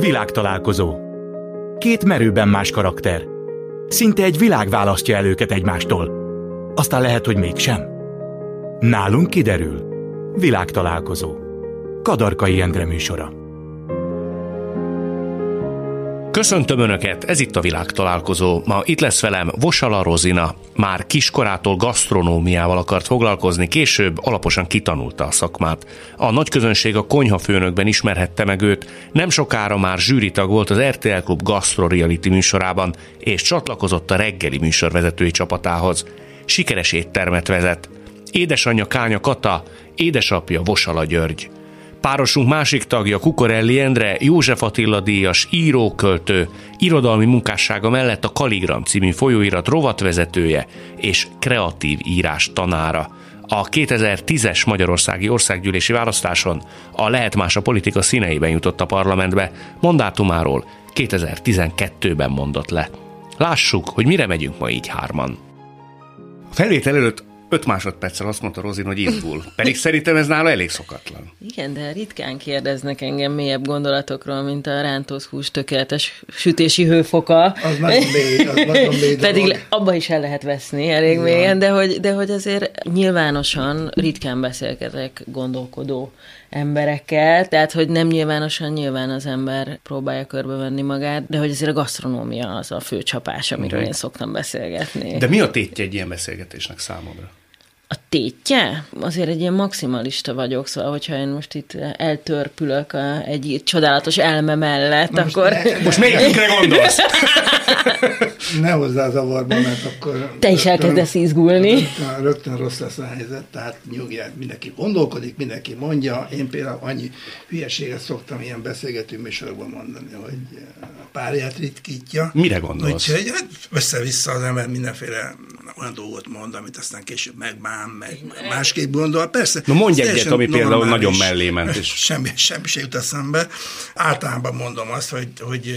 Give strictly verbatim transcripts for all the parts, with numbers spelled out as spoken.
Világtalálkozó. Két merőben más karakter. Szinte egy világ választja el őket egymástól. Aztán lehet, hogy mégsem. Nálunk kiderül. Világtalálkozó. Kadarkai Endre műsora. Köszöntöm Önöket, ez itt a Világtalálkozó. Ma itt lesz velem Vosala Rozina. Már kiskorától gasztronómiával akart foglalkozni, később alaposan kitanulta a szakmát. A nagyközönség a konyhafőnökben ismerhette meg őt, nem sokára már zsűritag volt az er té el Klub Gastro Reality műsorában, és csatlakozott a reggeli műsorvezetői csapatához. Sikeres éttermet vezet. Édesanyja Kánya Kata, édesapja Vosala György. Párosunk másik tagja Kukorelli Endre, József Attila díjas, író, költő, irodalmi munkássága mellett a Kaligram című folyóirat rovatvezetője és kreatív írás tanára. A kétezer-tízes Magyarországi Országgyűlési Választáson a Lehet más a politika színeiben jutott a parlamentbe, mandátumáról kétezer-tizenkettőben mondott le. Lássuk, hogy mire megyünk ma így hárman. A felvétel előtt öt másodperccel azt mondta Rozin, hogy izgul. Pedig szerintem ez nála elég szokatlan. Igen, de ritkán kérdeznek engem mélyebb gondolatokról, mint a rántott hús tökéletes sütési hőfoka. Az nagyon mély, az nagyon mély. Pedig abba is el lehet veszni elég mélyen, de hogy, de hogy azért nyilvánosan ritkán beszélgetek gondolkodó emberekkel, tehát hogy nem nyilvánosan, nyilván az ember próbálja körbevenni magát, de hogy azért a gasztronómia az a fő csapás, amiről uh-huh. én szoktam beszélgetni. De mi a tétje egy ilyen beszélgetésnek számodra? A tétje? Azért egy ilyen maximalista vagyok, szóval hogyha én most itt eltörpülök a, egy csodálatos elme mellett, Na akkor... Most, ne, most melyikre gondolsz? Ne hozzá zavarba, mert akkor... Te is elkezdesz izgulni. Rögtön, rögtön rossz lesz a helyzet, tehát nyugját, mindenki gondolkodik, mindenki mondja. Én például annyi hülyeséget szoktam ilyen beszélgető műsorban mondani, hogy a párját ritkítja. Mire gondolsz? Úgyhogy össze-vissza az ember mindenféle olyan dolgot mond, amit aztán később megbán, meg másképp gondol. Persze. Na mondj egyet, ami például nagyon mellé ment. És... Semmi, semmi se jut eszembe. Általában mondom azt, hogy, hogy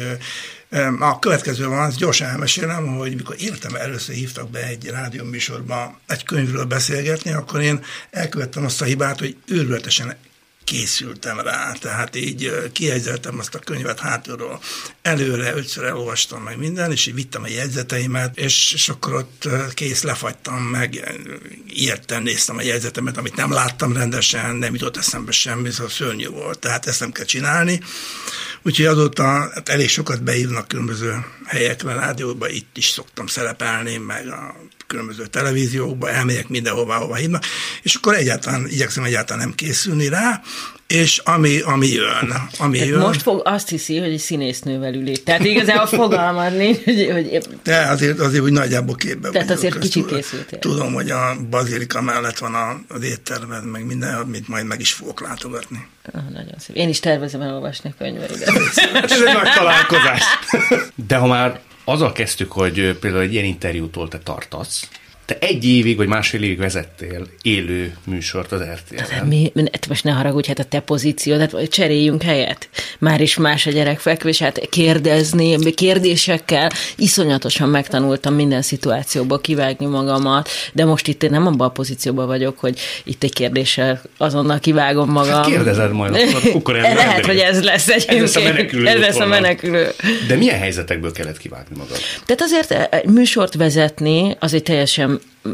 a következő van, azt gyorsan elmesélem, hogy mikor életemben először hívtak be egy rádióműsorba egy könyvről beszélgetni, akkor én elkövettem azt a hibát, hogy őrületesen készültem rá, tehát így kijegyzeltem azt a könyvet hátulról. Előre ötször elolvastam meg minden, és így vittem a jegyzeteimet, és, és akkor ott kész lefagytam meg, ilyetten néztem a jegyzetemet, amit nem láttam rendesen, nem jutott eszembe semmi, szóval szörnyű volt, tehát ezt nem kell csinálni. Úgyhogy azóta hát elég sokat beívnak különböző helyekre, rádióba, itt is szoktam szerepelni, meg a különböző televíziókba, elmegyek mindenhová, hova hívnak, és akkor egyáltalán, igyekszem egyáltalán nem készülni rá, és ami, ami jön, ami jön. Most fog, azt hiszi, hogy egy színésznővel ül. Tehát igazából fogalmad nincs, hogy... hogy... De azért, azért úgy nagyjából képben Tehát vagyok. azért kicsit készültél. Tudom, hogy a bazilika mellett van az éttermed, meg minden, amit majd meg is fogok látogatni. Ah, nagyon szép. Én is tervezem elolvasni a könyveidet. Ez egy nagy találkozás. De ha már azzal kezdtük, hogy például egy ilyen interjútól te tartasz, te egy évig, vagy másfél évig vezettél élő műsort az er té el-en. Mi, most ne haragudj, hát a te pozíciód, hát cseréljünk helyet. Már is más a gyerekfekvés, hát kérdezni, kérdésekkel iszonyatosan megtanultam minden szituációba kivágni magamat, de most itt én nem abban a pozícióban vagyok, hogy itt egy kérdéssel azonnal kivágom magam. Hát kérdezed majd akkor Kukorelli Endrét. Lehet, hogy ez lesz egyébként. Ez lesz a menekülő. Ez lesz a menekülő. De milyen helyzetekből kellett kivágni magad? Tehát azért egy műsort vezetni, az egy teljesen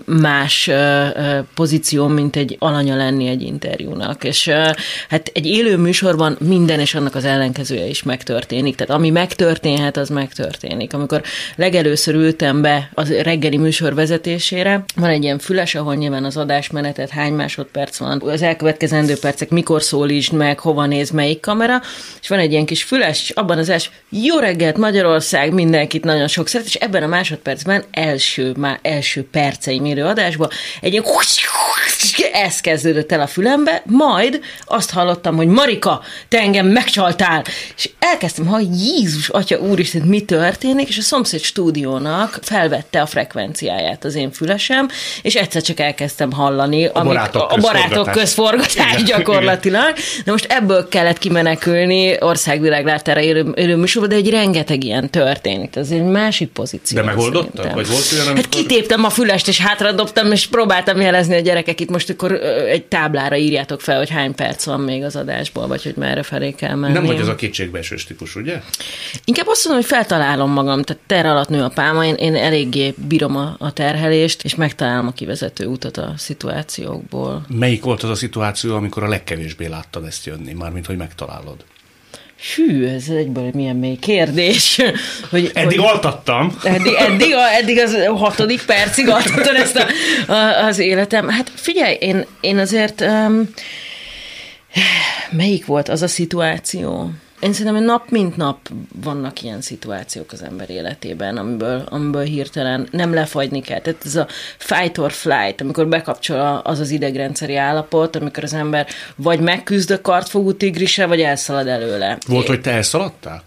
más uh, pozíció, mint egy alanya lenni egy interjúnak. És uh, hát egy élő műsorban minden és annak az ellenkezője is megtörténik. Tehát ami megtörténhet, az megtörténik. Amikor legelőször ültem be a reggeli műsor vezetésére, van egy ilyen füles, ahol nyilván az adásmenetet, hány másodperc van, az elkövetkezendő percek, mikor szólítsd meg, hova néz, melyik kamera, és van egy ilyen kis füles, és abban az első, jó reggelt Magyarország, mindenkit nagyon sok szeret, és ebben a másodpercben első, már első perceim érő adásba egy ilyen ez kezdődött el a fülembe, majd azt hallottam, hogy Marika, te engem megcsaltál, és elkezdtem, ha Jézus, Atya Úristen, mi történik, és a szomszéd stúdiónak felvette a frekvenciáját az én fülesem, és egyszer csak elkezdtem hallani a barátok, a barátok közforgatás gyakorlatilag. De most ebből kellett kimenekülni országviláglátára élő, élő műsorba, de egy rengeteg ilyen történik. Ez egy másik pozíció. De megoldottad? Vagy volt olyan, hát kitéptem a fülest, és hátra dobtam, és próbáltam jelezni a gyerekek, itt most akkor egy táblára írjátok fel, hogy hány perc van még az adásból, vagy hogy merre felé kell menni. Nem vagy az a kétségbeesős típus, ugye? Inkább azt mondom, hogy feltalálom magam, tehát terh alatt nő a pálma, én, én eléggé bírom a, a terhelést, és megtalálom a kivezető utat a szituációkból. Melyik volt az a szituáció, amikor a legkevésbé láttad ezt jönni, mármint hogy megtalálod? Hű, ez egyből milyen mély kérdés. Hogy, eddig hogy, altattam. Eddig, eddig, eddig az hatodik percig altattam ezt a, a, az életem. Hát figyelj, én, én azért... Um, melyik volt az a szituáció? Én szerintem, hogy nap mint nap vannak ilyen szituációk az ember életében, amiből, amiből hirtelen nem lefagyni kell. Tehát ez a fight or flight, amikor bekapcsol az az idegrendszeri állapot, amikor az ember vagy megküzd a kartfogú tigrissel, vagy elszalad előle. Volt, hogy te elszaladtál?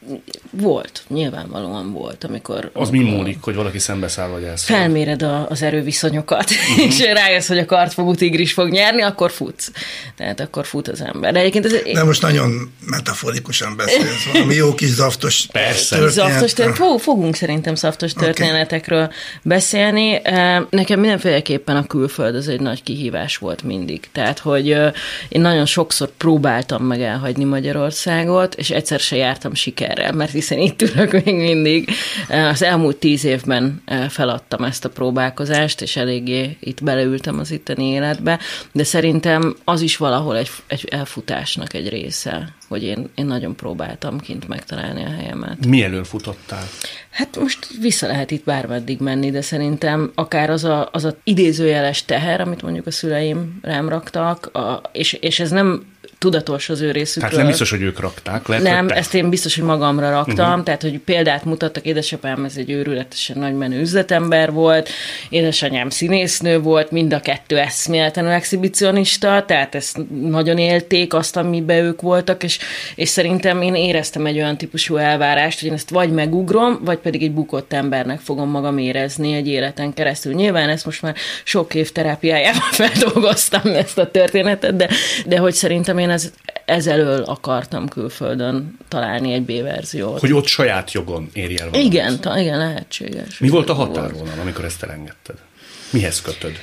Volt, nyilvánvalóan volt, amikor... Az mi múlik, hogy valaki szembeszáll, vagy elszalad? Felméred a, az erőviszonyokat, uh-huh. és rájössz, hogy a kartfogú tigris fog nyerni, akkor futsz. Tehát akkor fut az ember. De egyébként ez... De most nagyon metaforikusan beszélsz, valami jó kis zaftos Persze. történet. Zaftos történet. Fogunk szerintem zaftos történetekről okay. beszélni. Nekem mindenféleképpen a külföld az egy nagy kihívás volt mindig. Tehát, hogy én nagyon sokszor próbáltam meg elhagyni Magyarországot, és egyszer se jártam sikerrel, mert hiszen itt ülök még mindig. Az elmúlt tíz évben feladtam ezt a próbálkozást, és eléggé itt beleültem az itteni életbe, de szerintem az is valahol egy, egy elfutásnak egy része, hogy én, én nagyon próbáltam kint megtalálni a helyemet. Mi elől futottál? Hát most vissza lehet itt bármeddig menni, de szerintem akár az a, az a idézőjeles teher, amit mondjuk a szüleim rám raktak, a, és, és ez nem tudatos az ő részükről. Hát nem biztos, hogy ők rakták. Lehet, nem, ezt én biztos, hogy magamra raktam, uh-huh. tehát, hogy példát mutattak, édesapám ez egy őrületesen nagymenő üzletember volt, édesanyám színésznő volt, mind a kettő eszméletlenül exhibicionista, tehát ezt nagyon élték azt, amiben ők voltak, és, és szerintem én éreztem egy olyan típusú elvárást, hogy én ezt vagy megugrom, vagy pedig egy bukott embernek fogom magam érezni egy életen keresztül. Nyilván ezt most már sok év terápiájában feldolgoztam ezt a történetet, de, de hogy szerintem én ez, ezelől akartam külföldön találni egy B-verziót. Hogy ott saját jogon érj el valamit. Igen, ta, igen, lehetséges. Mi volt a határvonal, amikor ezt elengedted? Mihez kötöd?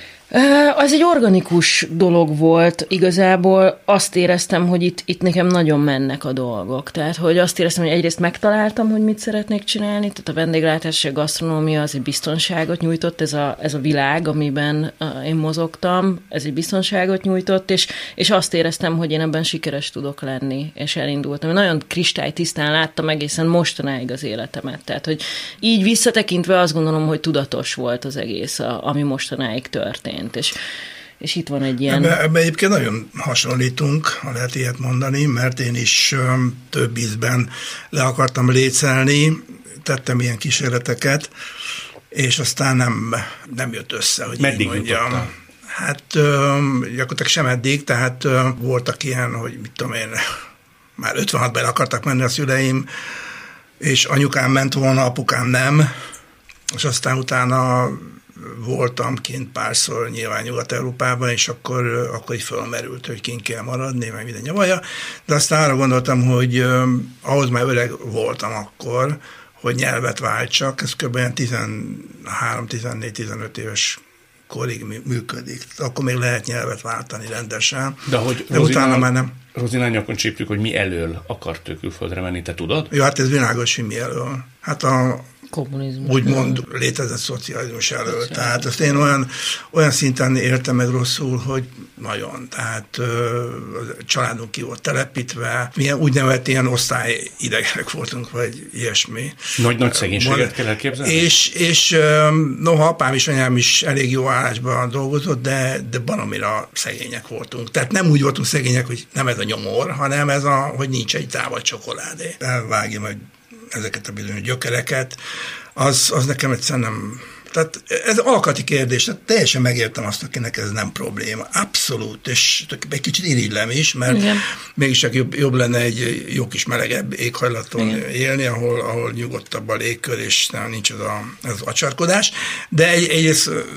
Az egy organikus dolog volt. Igazából azt éreztem, hogy itt, itt nekem nagyon mennek a dolgok. Tehát, hogy azt éreztem, hogy egyrészt megtaláltam, hogy mit szeretnék csinálni, tehát a vendéglátás, a gasztronómia az egy biztonságot nyújtott, ez a, ez a világ, amiben én mozogtam, ez egy biztonságot nyújtott, és, és azt éreztem, hogy én ebben sikeres tudok lenni, és elindultam. Én nagyon kristálytisztán láttam egészen mostanáig az életemet. Tehát, hogy így visszatekintve azt gondolom, hogy tudatos volt az egész, a, ami mostanáig történt. És, és itt van egy ilyen... Ebben ebbe egyébként nagyon hasonlítunk, ha lehet ilyet mondani, mert én is um, több ízben le akartam lécelni, tettem ilyen kísérleteket, és aztán nem, nem jött össze, hogy meddig így mondjam. Jutottál? Hát um, gyakorlatilag sem eddig, tehát um, voltak ilyen, hogy mit tudom én, már ötvenhatban akartak menni a szüleim, és anyukám ment volna, apukám nem, és aztán utána voltam kint párszor nyilván Nyugat-Európában, és akkor, akkor így fölmerült, hogy kint kell maradni, meg minden nyavaja, de aztán arra gondoltam, hogy eh, ahhoz már öreg voltam akkor, hogy nyelvet váltsak, ez kb. tizenhárom, tizennégy, tizenöt éves korig működik. Akkor még lehet nyelvet váltani rendesen, de, hogy de utána már nem. Rozinán nyakon csípjük, hogy mi elől akart ő külföldre menni, te tudod? Jó, hát ez világos, hogy mi elől. Hát a kommunizmus. Úgymond létezett szocializmus elől. Tehát azt én olyan, olyan szinten éltem meg rosszul, hogy nagyon. Tehát a családunk ki volt telepítve, milyen úgynevezett ilyen osztályidegenek voltunk, vagy ilyesmi. Nagy-nagy szegénységet kell elképzelni? És, és noha apám és anyám is elég jó állásban dolgozott, de, de baromira szegények voltunk. Tehát nem úgy voltunk szegények, hogy nem ez a nyomor, hanem ez a, hogy nincs egy tál vagy csokoládé. Elvágja meg ezeket a bizonyos gyökereket, az, az nekem egyszerűen nem... Tehát ez alkati kérdés, tehát teljesen megértem azt, akinek ez nem probléma. Abszolút, és egy kicsit irigylem is, mert igen. mégis jobb, jobb lenne egy jó kis melegebb éghajlaton igen. élni, ahol, ahol nyugodtabb a légkör, és nem, nincs ez a, az acsarkodás. De egy, egyrészt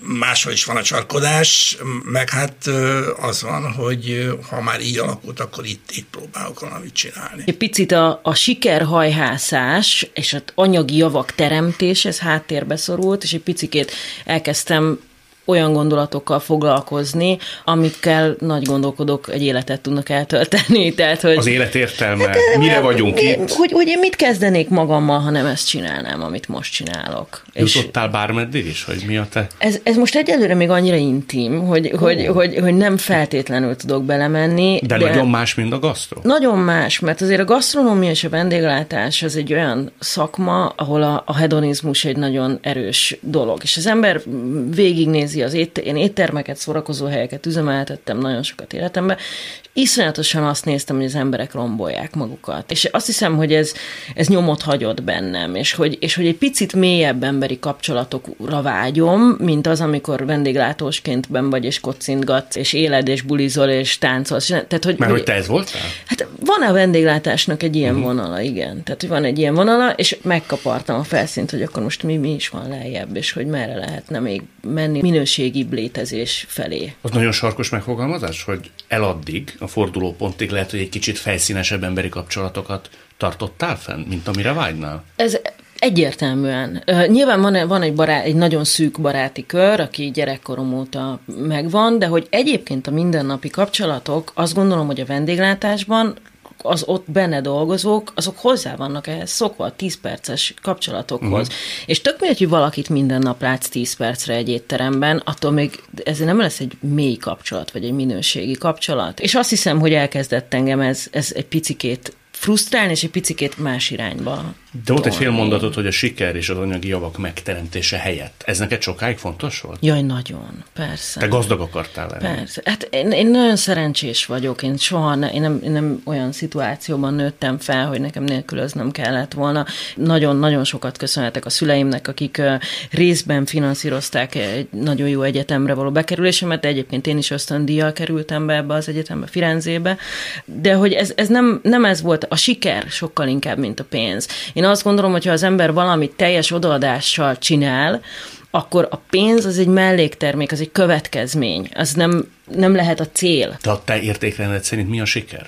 máshol is van a csarkodás, meg hát az van, hogy ha már így alakult, akkor itt, itt próbálok valamit csinálni. Egy picit a, a sikerhajhászás és az anyagi javak teremtés, ez háttérbe szorult, és egy picikét elkezdtem olyan gondolatokkal foglalkozni, amikkel nagy gondolkodók egy életet tudnak eltölteni. Tehát, hogy, az élet értelme, hát, mire vagyunk mi, itt? Hogy, hogy én mit kezdenék magammal, ha nem ezt csinálnám, amit most csinálok. Jutottál bármeddig is, hogy mi a te? Ez, ez most egyelőre még annyira intim, hogy, oh. hogy, hogy, hogy nem feltétlenül tudok belemenni. De, de nagyon más, mint a gasztro? Nagyon más, mert azért a gasztronómia és a vendéglátás az egy olyan szakma, ahol a, a hedonizmus egy nagyon erős dolog. És az ember végignéz az ét, én éttermeket, szórakozó helyeket üzemeltettem nagyon sokat életemben, és iszonyatosan azt néztem, hogy az emberek rombolják magukat. És azt hiszem, hogy ez, ez nyomot hagyott bennem, és hogy, és hogy egy picit mélyebb emberi kapcsolatokra vágyom, mint az, amikor vendéglátósként benn vagy, és kocintgatsz, és éled, és bulizol, és táncolsz. Tehát, hogy, Mert hogy te ez voltál? Hát van a vendéglátásnak egy ilyen uh-huh. vonala, igen. Tehát, hogy van egy ilyen vonala, és megkapartam a felszínt, hogy akkor most mi, mi is van lejjebb, és hogy merre lehetne még menni minőségibb létezés felé. Az nagyon sarkos megfogalmazás, hogy eladdig, a fordulópontig lehet, hogy egy kicsit fejszínesebb emberi kapcsolatokat tartottál fenn, mint amire vágynál? Ez egyértelműen. Uh, nyilván van, van egy, barát, egy nagyon szűk baráti kör, aki gyerekkorom óta megvan, de hogy egyébként a mindennapi kapcsolatok, azt gondolom, hogy a vendéglátásban az ott benne dolgozók, azok hozzá vannak ehhez szokva a tíz perces kapcsolatokhoz. Uh-huh. És tök mindegy, hogy valakit minden nap látsz tíz percre egy étteremben, attól még ez nem lesz egy mély kapcsolat, vagy egy minőségi kapcsolat. És azt hiszem, hogy elkezdett engem ez, ez egy picikét frusztrálni, és egy picikét más irányba. De volt egy fél mondatot, hogy a siker és az anyagi javak megteremtése helyett. Ez neked sokáig fontos volt? Jaj, nagyon, persze. Te gazdag akartál lenni? Persze. Hát én, én nagyon szerencsés vagyok. Én soha ne, én nem, én nem olyan szituációban nőttem fel, hogy nekem nélkülöznem kellett volna. Nagyon-nagyon sokat köszönhetek a szüleimnek, akik uh, részben finanszírozták egy nagyon jó egyetemre való bekerülésemet, de egyébként én is ösztöndíjjal kerültem be ebbe az egyetembe, Firenzébe. De hogy ez, ez nem, nem ez volt, a siker sokkal inkább, mint a pénz. Én azt gondolom, hogy ha az ember valamit teljes odaadással csinál, akkor a pénz az egy melléktermék, az egy következmény. Az nem, nem lehet a cél. De a te értékrendet szerint mi a siker?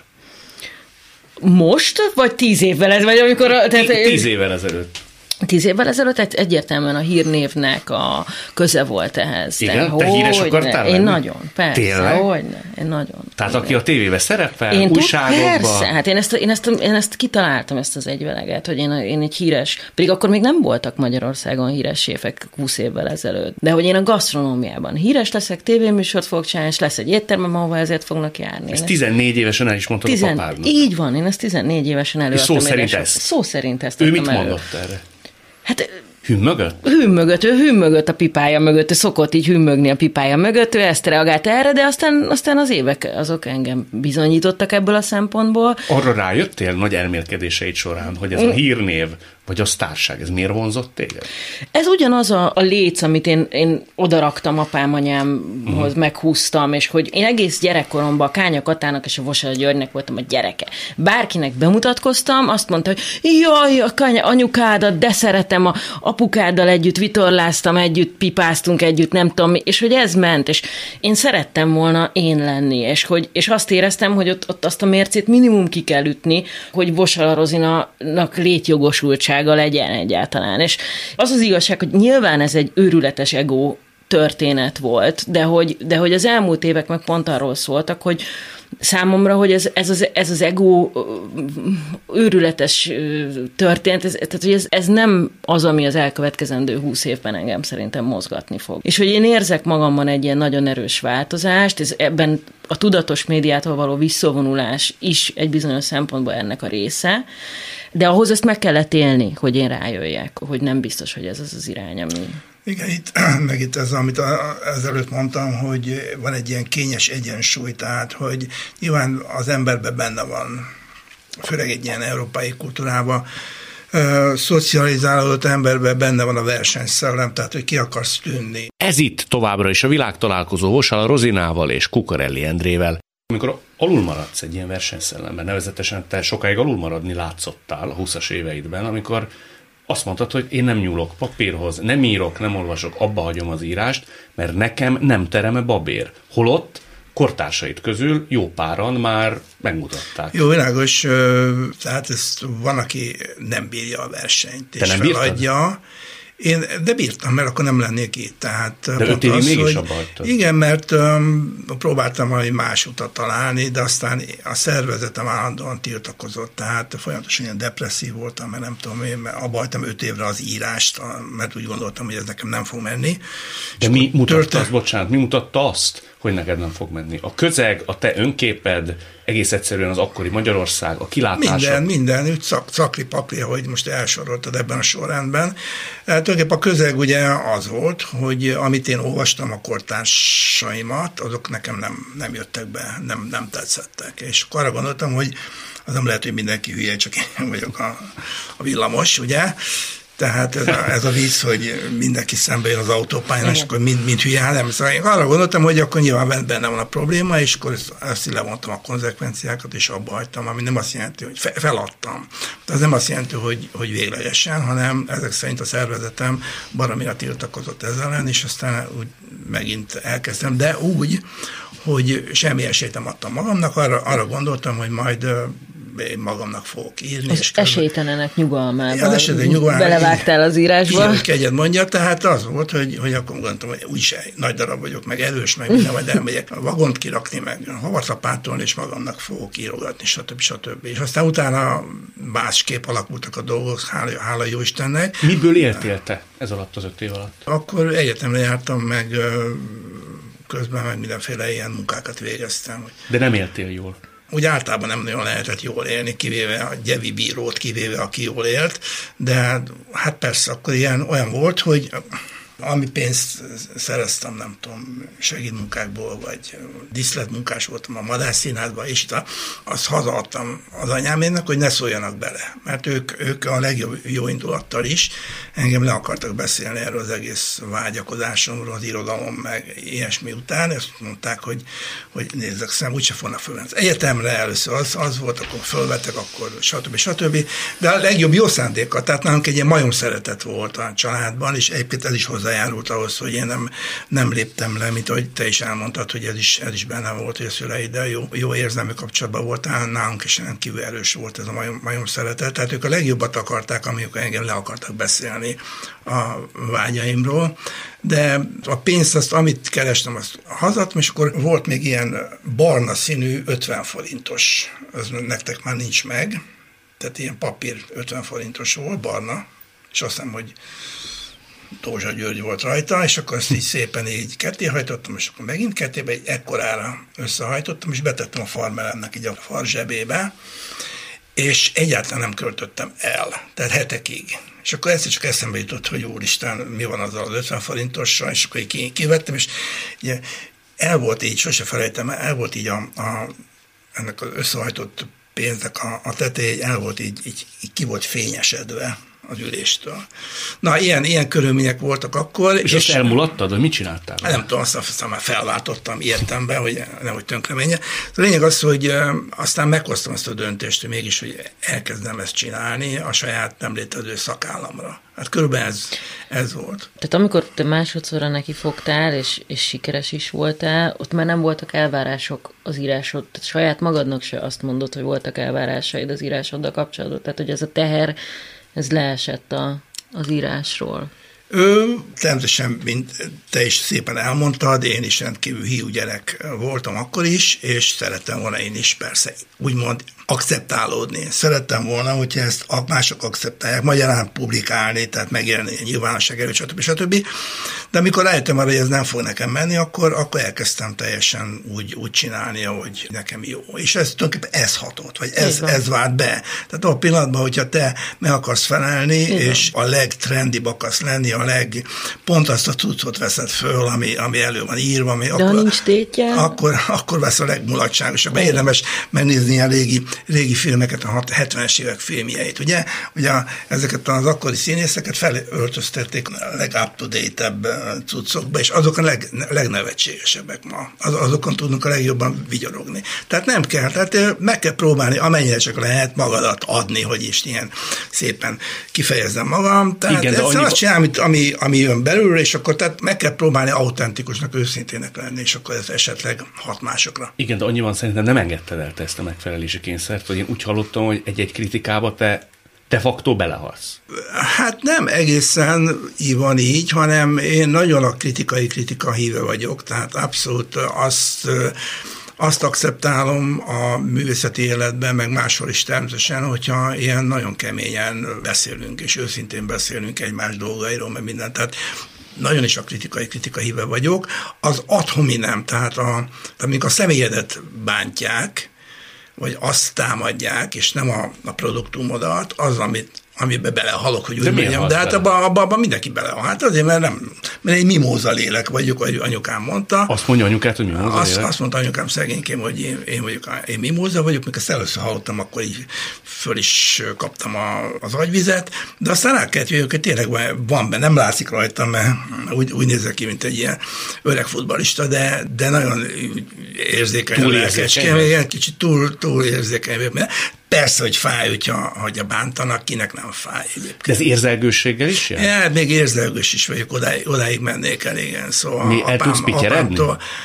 Most? Vagy tíz évvel ez? Vagy amikor... Tehát, tíz évvel ezelőtt. Tíz évvel ezelőtt egyértelműen a hírnévnek a köze volt ehhez. Igen? De te híres akartál lenni? Én nagyon, persze. Tényleg? Hogyne, én nagyon. Tehát igen. Aki a tévébe szerepel, én újságokban... Persze, hát én ezt, én, ezt, én ezt kitaláltam, ezt az egyveleget, hogy én, én egy híres, pedig akkor még nem voltak Magyarországon híres séfek húsz évvel ezelőtt, de hogy én a gasztronómiában híres leszek, tévéműsort fogok csinálni, és lesz egy éttermem, ahova ezért fognak járni. Ezt tizennégy évesen el is mondtad Tizen... a papádnak. Így van, én ezt tizennégy évesen előadtam. És szó szerint ezt? Szó szerint ezt. Ő mit elő. mondott erre? Hát... Hümmögött? Hümmögött, ő hümmögött a pipája mögött, ő szokott így hümmögni a pipája mögött, ő ezt reagált erre, de aztán, aztán az évek azok engem bizonyítottak ebből a szempontból. Arra rájöttél nagy elmélkedéseid során, hogy ez a hírnév, vagy a sztárság, ez miért vonzott téged? Ez ugyanaz a, a léc, amit én, én odaraktam apám, anyámhoz, uh-huh. meghúztam, és hogy én egész gyerekkoromban a Kánya Katának és a Vosala Györgynek voltam a gyereke. Bárkinek bemutatkoztam, azt mondta, hogy jaj, a Kánya anyukádat, de szeretem, a apukáddal együtt vitorláztam, együtt pipáztunk együtt, nem tudom mi, és hogy ez ment, és én szerettem volna én lenni, és, hogy, és azt éreztem, hogy ott, ott azt a mércét minimum ki kell ütni, hogy Vosala Rozinanak létjogosultsága legyen egyáltalán. És az az igazság, hogy nyilván ez egy őrületes ego történet volt, de hogy, de hogy az elmúlt évek meg pont arról szóltak, hogy számomra, hogy ez, ez, az, ez az ego őrületes történet, ez, tehát hogy ez, ez nem az, ami az elkövetkezendő húsz évben engem szerintem mozgatni fog. És hogy én érzek magamban egy ilyen nagyon erős változást, ez ebben a tudatos médiától való visszavonulás is egy bizonyos szempontból ennek a része, de ahhoz ezt meg kellett élni, hogy én rájöjjek, hogy nem biztos, hogy ez az az irány, ami... Igen, itt, meg itt ez, amit a, ezelőtt mondtam, hogy van egy ilyen kényes egyensúly, tehát, hogy nyilván az emberben benne van, főleg egy ilyen európai kultúrában, ö, szocializálódott emberben benne van a versenyszellem, tehát, hogy ki akarsz tűnni. Ez itt továbbra is a világtalálkozó Vosala Rozinával és Kukorelli Endrével. Amikor alulmaradsz egy ilyen versenyszellemben, nevezetesen te sokáig alulmaradni látszottál a húszas éveidben, amikor Azt mondtad, hogy én nem nyúlok papírhoz, nem írok, nem olvasok, abba hagyom az írást, mert nekem nem terem-e babér. Holott kortársait közül jó páran már megmutatták. Jó, világos, tehát ez van, aki nem bírja a versenyt, Te és nem feladja. Én, de bírtam, mert akkor nem lennék itt. Tehát de öt évig mégis abba hagytad. Igen, mert um, próbáltam valami más utat találni, de aztán a szervezetem állandóan tiltakozott, tehát folyamatosan ilyen depresszív voltam, mert nem tudom én, mert abba hagytam öt évre az írást, mert úgy gondoltam, hogy ez nekem nem fog menni. De mi mutatta törte... azt, bocsánat, mi mutatta azt, hogy neked nem fog menni? A közeg, a te önképed, egész egyszerűen az akkori Magyarország, a kilátások? Minden, minden, úgy szak, szakli-pakli, ahogy most elsoroltad ebben a sorrendben. Tulajdonképpen a közeg ugye az volt, hogy amit én olvastam a kortársaimat, azok nekem nem, nem jöttek be, nem, nem tetszettek. És akkor arra gondoltam, hogy az nem lehet, hogy mindenki hülye, csak én vagyok a, a villamos, ugye? Tehát ez a, ez a vicc, hogy mindenki szembe jön az autópályán, és akkor mind, mind hülye, nem. Szóval én arra gondoltam, hogy akkor nyilván benne van a probléma, és akkor ezt, ezt levontam a konzekvenciákat, és abba hagytam, ami nem azt jelenti, hogy fe, feladtam. De az nem azt jelenti, hogy, hogy véglegesen, hanem ezek szerint a szervezetem baromira tiltakozott ezzel ellen, és aztán úgy megint elkezdtem, de úgy, hogy semmi esélyt nem adtam magamnak, arra, arra gondoltam, hogy majd én magamnak fogok írni. Az esélytelenek nyugalmában nyugalmában belevágtál az írásba. Igen, hogy kegyed mondja, tehát az volt, hogy, hogy akkor gondoltam, hogy úgyse nagy darab vagyok, meg erős, meg minden, majd elmegyek a vagont kirakni, meg havarcapátolni, és magamnak fogok írogatni, stb. stb. És aztán utána másképp alakultak a dolgok, hála, hála jó Istennek. Miből éltél te ez alatt az öt év alatt? Akkor egyetemre jártam, meg közben meg mindenféle ilyen munkákat végeztem. De nem éltél jól? Úgy általában nem nagyon lehetett jól élni, kivéve a gyevi bírót, kivéve aki jól élt, de hát persze akkor ilyen olyan volt, hogy ami pénzt szereztem, nem tudom, segédmunkákból, vagy diszletmunkás voltam a Madárszínházban, és itt azt hazaadtam az anyáménak, hogy ne szóljanak bele, mert ők, ők a legjobb jó indulattal is engem le akartak beszélni erről az egész vágyakozásomról, az irodalom, meg ilyesmi után, ezt mondták, hogy, hogy nézzek szem, úgyse fognak fölvenni. Az egyetemre először az, az volt, akkor fölvettek, akkor stb. stb. De a legjobb jó szándéka, tehát nálunk egy ilyen majom szeretet volt a családban, és egyébként ez is hozzájárult ahhoz, hogy én nem, nem léptem le, mint ahogy te is elmondtad, hogy ez is, ez is benne volt, hogy a szüleiddel jó, jó érzelmi kapcsolatban voltál, nálunk is rendkívül erős volt ez a majom, majom szeretet, tehát ők a legjobbat akarták, amikor engem le akartak beszélni a vágyaimról, de a pénzt, azt, amit kerestem, azt hazadtam, és akkor volt még ilyen barna színű ötven forintos, az nektek már nincs meg, tehát ilyen papír ötven forintos volt, barna, és azt hiszem, hogy Dózsa György volt rajta, és akkor azt így szépen így kettéhajtottam, és akkor megint kettébe, egy ekkorára összehajtottam, és betettem a farmeremnek így a far zsebébe, és egyáltalán nem költöttem el, tehát hetekig. És akkor egyszer csak eszembe jutott, hogy úristen, mi van azzal az ötven forintossal, és akkor így kivettem, és ugye el volt így, sose felejtem, el volt így a, a, ennek az összehajtott pénznek a, a teteje, el volt így, így, így ki volt fényesedve az üléstől. Na, ilyen, ilyen körülmények voltak akkor. És, és azt elmulattad, vagy mit csináltál? Nem tudom, azt aztán már felváltottam értembe, hogy nehogy tönkre menjen. A lényeg az, hogy aztán meghoztam azt a döntést, hogy mégis, hogy elkezdem ezt csinálni a saját nem létező szakállamra. Hát körülbelül ez, ez volt. Tehát amikor te másodszorra neki fogtál, és, és sikeres is voltál, ott már nem voltak elvárások az írásod, tehát saját magadnak se azt mondod, hogy voltak elvárásaid az írásoddal kapcsolatban. Tehát, hogy ez a teher, ez leesett a, az írásról. Ő, természetesen, mint te is szépen elmondtad, én is rendkívül hiú gyerek voltam akkor is, és szerettem volna én is persze úgymond akceptálódni. Szerettem volna, hogyha ezt a mások akceptálják, magyarán publikálni, tehát megjelenni a nyilvánosság előtt, stb. stb. De amikor rájöttem arra, hogy ez nem fog nekem menni, akkor, akkor elkezdtem teljesen úgy, úgy csinálni, ahogy nekem jó. És ez tulajdonképpen ez hatott, vagy ez, ez vált be. Tehát a pillanatban, hogyha te meg akarsz felelni, igen, és a legtrendibb akarsz lenni, a leg, pont azt a cuccot veszed föl, ami, ami elő van írva, ami de akkor, nincs tétje. Akkor, akkor vesz a legmulatságosabb. Érdemes megnézni a régi régi filmeket, a hetvenes évek filmjeit, ugye? Ugye ezeket az akkori színészeket felöltöztették a leg-up-to-date-ebb cuccokba, és azok a leg, legnevetségesebbek ma. Az, azokon tudunk a legjobban vigyorogni. Tehát nem kell, tehát meg kell próbálni, amennyire csak lehet magadat adni, hogy is ilyen szépen kifejezzem magam. Tehát igen, ezt annyi... azt csinálni, ami, ami jön belőle, és akkor tehát meg kell próbálni autentikusnak, őszintének lenni, és akkor ez esetleg hat másokra. Igen, de annyiban szerintem nem engedted el te ezt a megfelelési kényszert, vagy én úgy hallottam, hogy egy-egy kritikába te de facto belehalsz. Hát nem egészen van így, hanem én nagyon a kritikai kritika híve vagyok, tehát abszolút azt, azt akceptálom a művészeti életben, meg máshol is természetesen, hogyha ilyen nagyon keményen beszélünk, és őszintén beszélünk egymás dolgairól, meg mindent. Tehát nagyon is a kritikai kritika híve vagyok. Az ad hominem, tehát a, amik a személyedet bántják, vagy azt támadják, és nem a, a produktumodat, az, amit, amiben belehalok, hogy úgy mondjam. De hát abban abba, abba mindenki belehal. Hát azért, mert nem, mert egy mimóza lélek vagyok, ahogy anyukám mondta. Azt mondja anyukát, hogy mimóza azt, lélek? Azt mondta anyukám szegénykém, hogy én, én vagyok, én mimóza vagyok, mikor ezt először hallottam, akkor így föl is kaptam a, az agyvizet, de aztán rá kellett jöjjök, hogy tényleg van benne, nem látszik rajtam, mert úgy, úgy nézek ki, mint egy ilyen öreg futballista, de, de nagyon érzékeny. Túl érzékeny? Kicsit túl, túl érzékeny. Persze, hogy fáj, hogyha, hogyha bántanak, kinek nem fáj. De ez érzelgősséggel is jár? Ja, még érzelgős is vagyok, odáig, odáig mennék el, igen. Szóval mi el tudsz pityeredni?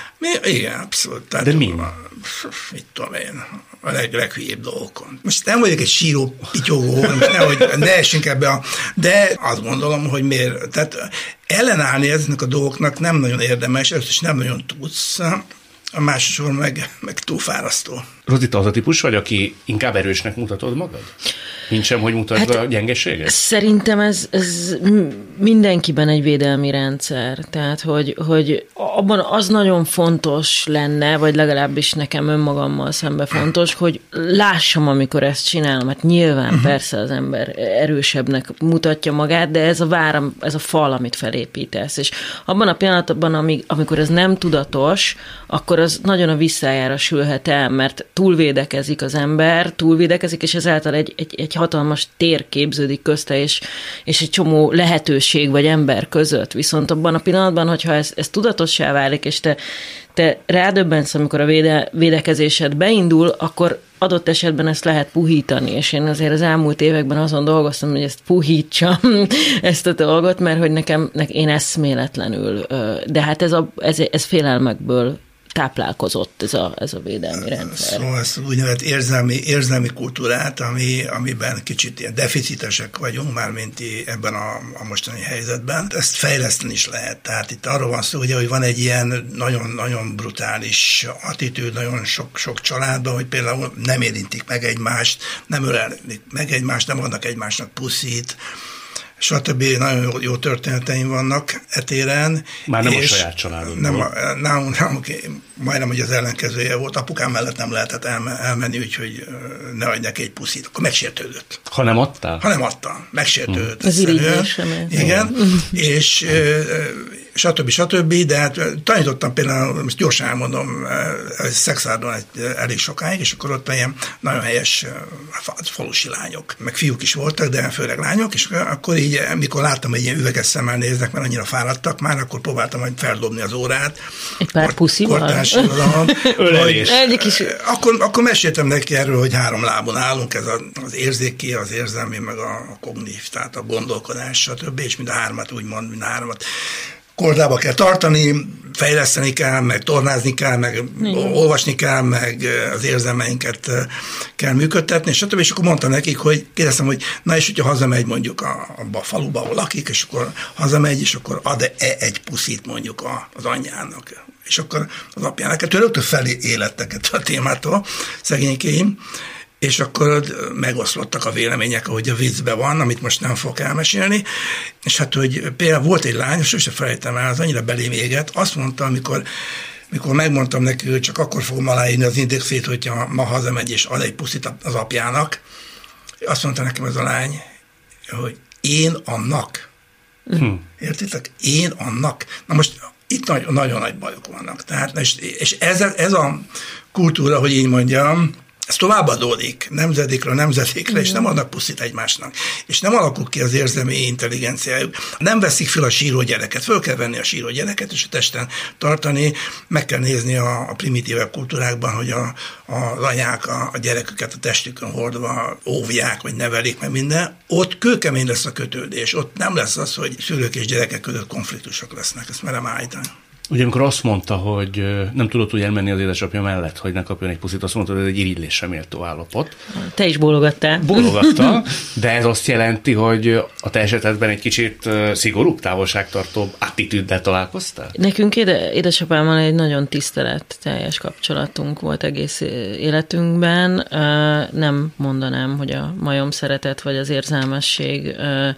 Igen, abszolút. Tehát, de mi? Mit tudom én, a leg, leghülyébb dolgokon. Most nem vagyok egy síró pityogó, nehogy ne essünk ebbe a... De azt gondolom, hogy miért... Tehát ellenállni ezeknek a dolgoknak nem nagyon érdemes, először is nem nagyon tudsz, a másodszor meg, meg túlfárasztó. Rozita, az a típus vagy, aki inkább erősnek mutatod magad? Nincs sem, hogy mutasd hát, a gyengeséget? Szerintem ez, ez mindenkiben egy védelmi rendszer. Tehát, hogy, hogy abban az nagyon fontos lenne, vagy legalábbis nekem önmagammal szemben fontos, hogy lássam, amikor ezt csinálom. Hát nyilván uh-huh. persze az ember erősebbnek mutatja magát, de ez a váram, ez a fal, amit felépítesz. És abban a pillanatban, amíg, amikor ez nem tudatos, akkor az nagyon a visszájára sülhet el, mert túlvédekezik az ember, túlvédekezik, és ezáltal egy, egy, egy hatalmas tér képződik közte, és, és egy csomó lehetőség vagy ember között. Viszont abban a pillanatban, hogyha ez, ez tudatossá válik, és te, te rádöbbensz, amikor a véde, védekezésed beindul, akkor adott esetben ezt lehet puhítani, és én azért az elmúlt években azon dolgoztam, hogy ezt puhítsam, ezt a dolgot, mert hogy nekem, nekem én eszméletlenül, de hát ez, a, ez, ez félelmekből táplálkozott ez a, ez a védelmi rendszer. Szóval ezt úgynevezett érzelmi, érzelmi kultúrát, ami, amiben kicsit ilyen deficitesek vagyunk, mármint ebben a, a mostani helyzetben. Ezt fejleszteni is lehet. Tehát itt arról van szó, ugye, hogy van egy ilyen nagyon-nagyon brutális attitűd, nagyon sok, sok családban, hogy például nem érintik meg egymást, nem ölelik meg egymást, nem adnak egymásnak puszit, stb. Nagyon jó, jó történeteim vannak etéren. Már nem a saját családodból. Nem, nem, nem, majdnem, hogy az ellenkezője volt. Apukám mellett nem lehetett elmenni, úgyhogy ne adj neki egy puszit. Akkor megsértődött. Ha nem adtál? Ha nem adtam. Megsértődött. Az irigyésem. Igen. És stb. stb. De hát tanítottam például, most gyorsan elmondom, Szexárdon elég sokáig, és akkor ott ilyen nagyon helyes falusi lányok, meg fiúk is voltak, de főleg lányok, és akkor így, mikor láttam, hogy ilyen üveges szemmel néznek, mert annyira fáradtak már, akkor próbáltam majd feldobni az órát. Egy pár puszival? Ölelés. Akkor, akkor meséltem neki erről, hogy három lábon állunk, ez az érzéki, az érzelmi, meg a kognitív, tehát a gondolkodás, stb. És mind a hármat úgymond, mind a hármat kordába kell tartani, fejleszteni kell, meg tornázni kell, meg Igen. olvasni kell, meg az érzelmeinket kell működtetni, stb. És akkor mondtam nekik, hogy kérdeztem, hogy na és hogyha hazamegy mondjuk a, abba a faluba, ahol lakik, és akkor hazamegy, és akkor ad-e egy puszit mondjuk a, az anyjának. És akkor az apjának, hát rögtön felé élettek a témától, szegénykéim, és akkor megoszlottak a vélemények, ahogy a viccben van, amit most nem fogok elmesélni, és hát, hogy például volt egy lány, sose felejtem el, az annyira belém égett, azt mondta, amikor, amikor megmondtam neki, hogy csak akkor fogom aláírni az indexét, hogyha ma hazamegy és ad egy puszit az apjának, azt mondta nekem ez a lány, hogy én annak. Hm. Értitek? Én annak. Na most itt nagy, nagyon nagy bajok vannak. Tehát, és, és ez, ez a kultúra, hogy így mondjam, ez továbbadódik nemzedékről nemzedékre, és nem adnak puszit egymásnak. És nem alakul ki az érzelmi intelligenciájuk. Nem veszik fel a síró gyereket. Föl kell venni a síró gyereket, és a testen tartani. Meg kell nézni a, a primitívebb kultúrákban, hogy a, a anyák a, a gyereküket a testükön hordva óvják, vagy nevelik, meg minden. Ott kőkemény lesz a kötődés. Ott nem lesz az, hogy szülők és gyerekek között konfliktusok lesznek. Ezt merem állítani. Ugye amikor azt mondta, hogy nem tudott úgy elmenni az édesapja mellett, hogy ne kapjon egy puszit, azt mondta, hogy ez egy irigylésre méltó állapot. Te is bólogattál. Bólogatta, de ez azt jelenti, hogy a te esetedben egy kicsit szigorúbb, távolságtartóbb attitűddel találkoztál? Nekünk éde, édesapámmal egy nagyon tiszteletteljes kapcsolatunk volt egész életünkben. Nem mondanám, hogy a majom szeretet vagy az érzelmesség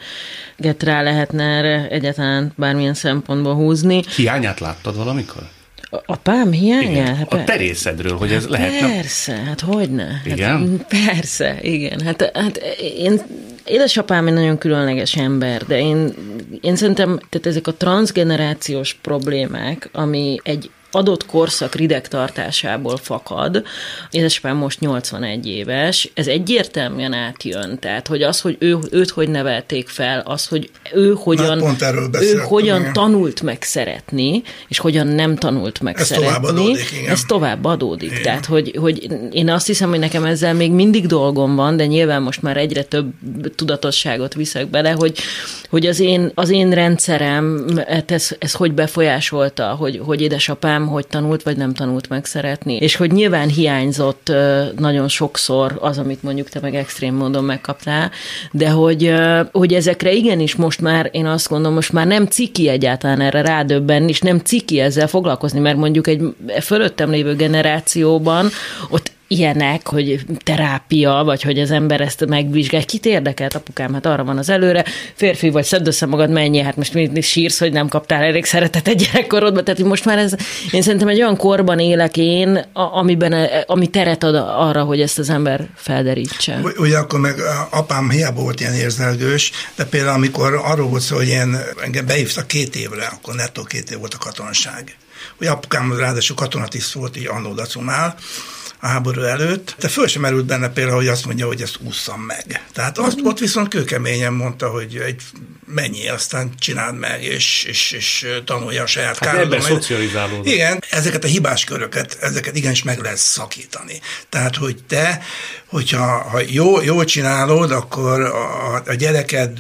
rá lehetne erre egyáltalán bármilyen szempontból húzni. Hiányát láttad valamikor? Apám hiányát? Hát a terészedről, hogy ez hát lehetne. Persze, hát hogyne. Igen? Hát persze, igen. Hát, hát én, édesapám egy nagyon különleges ember, de én, én szerintem, tehát ezek a transzgenerációs problémák, ami egy adott korszak ridegtartásából fakad. Édesapám most nyolcvanegy éves, ez egyértelműen átjön. Tehát, hogy az, hogy ő, őt hogy nevelték fel, az, hogy ő hogyan, hát ő hogyan tanult meg szeretni, és hogyan nem tanult meg ez szeretni. Tovább adódik, ez tovább adódik. Igen. Tehát, hogy, hogy én azt hiszem, hogy nekem ezzel még mindig dolgom van, de nyilván most már egyre több tudatosságot viszek bele, hogy, hogy az, én, az én rendszerem, ez, ez hogy befolyásolta, hogy, hogy édesapám hogy tanult, vagy nem tanult meg szeretni. És hogy nyilván hiányzott nagyon sokszor az, amit mondjuk te meg extrém módon megkaptál, de hogy, hogy ezekre igenis most már, én azt gondolom, most már nem ciki egyáltalán erre rádöbbenni, és nem ciki ezzel foglalkozni, mert mondjuk egy fölöttem lévő generációban ott ilyenek, hogy terápia, vagy hogy az ember ezt megvizsgál. Kit érdekelt, apukám? Hát arra van az előre. Férfi vagy, szedd össze magad, mennyi, hát most mindig sírsz, hogy nem kaptál elég szeretetet gyerekkorodban. Tehát most már ez, én szerintem egy olyan korban élek én, amiben, ami teret ad arra, hogy ezt az ember felderítse. Ugye akkor meg apám hiába volt ilyen érzelgős, de például amikor arról volt szó, hogy én engem beívtak két évre, akkor nettó két év volt a katonaság. Ugye apukám ráadásul katonatiszt volt így annó Dacunál, a háború előtt, de föl sem merült benne például, hogy azt mondja, hogy ezt ússzam meg. Tehát azt, ott viszont kőkeményen mondta, hogy egy mennyi, aztán csináld meg, és, és, és tanulja a saját hát károdon. Ebben szocializálódott. Igen, ezeket a hibásköröket, ezeket igenis meg lehet szakítani. Tehát, hogy te, hogyha ha jó, jól csinálod, akkor a, a gyereked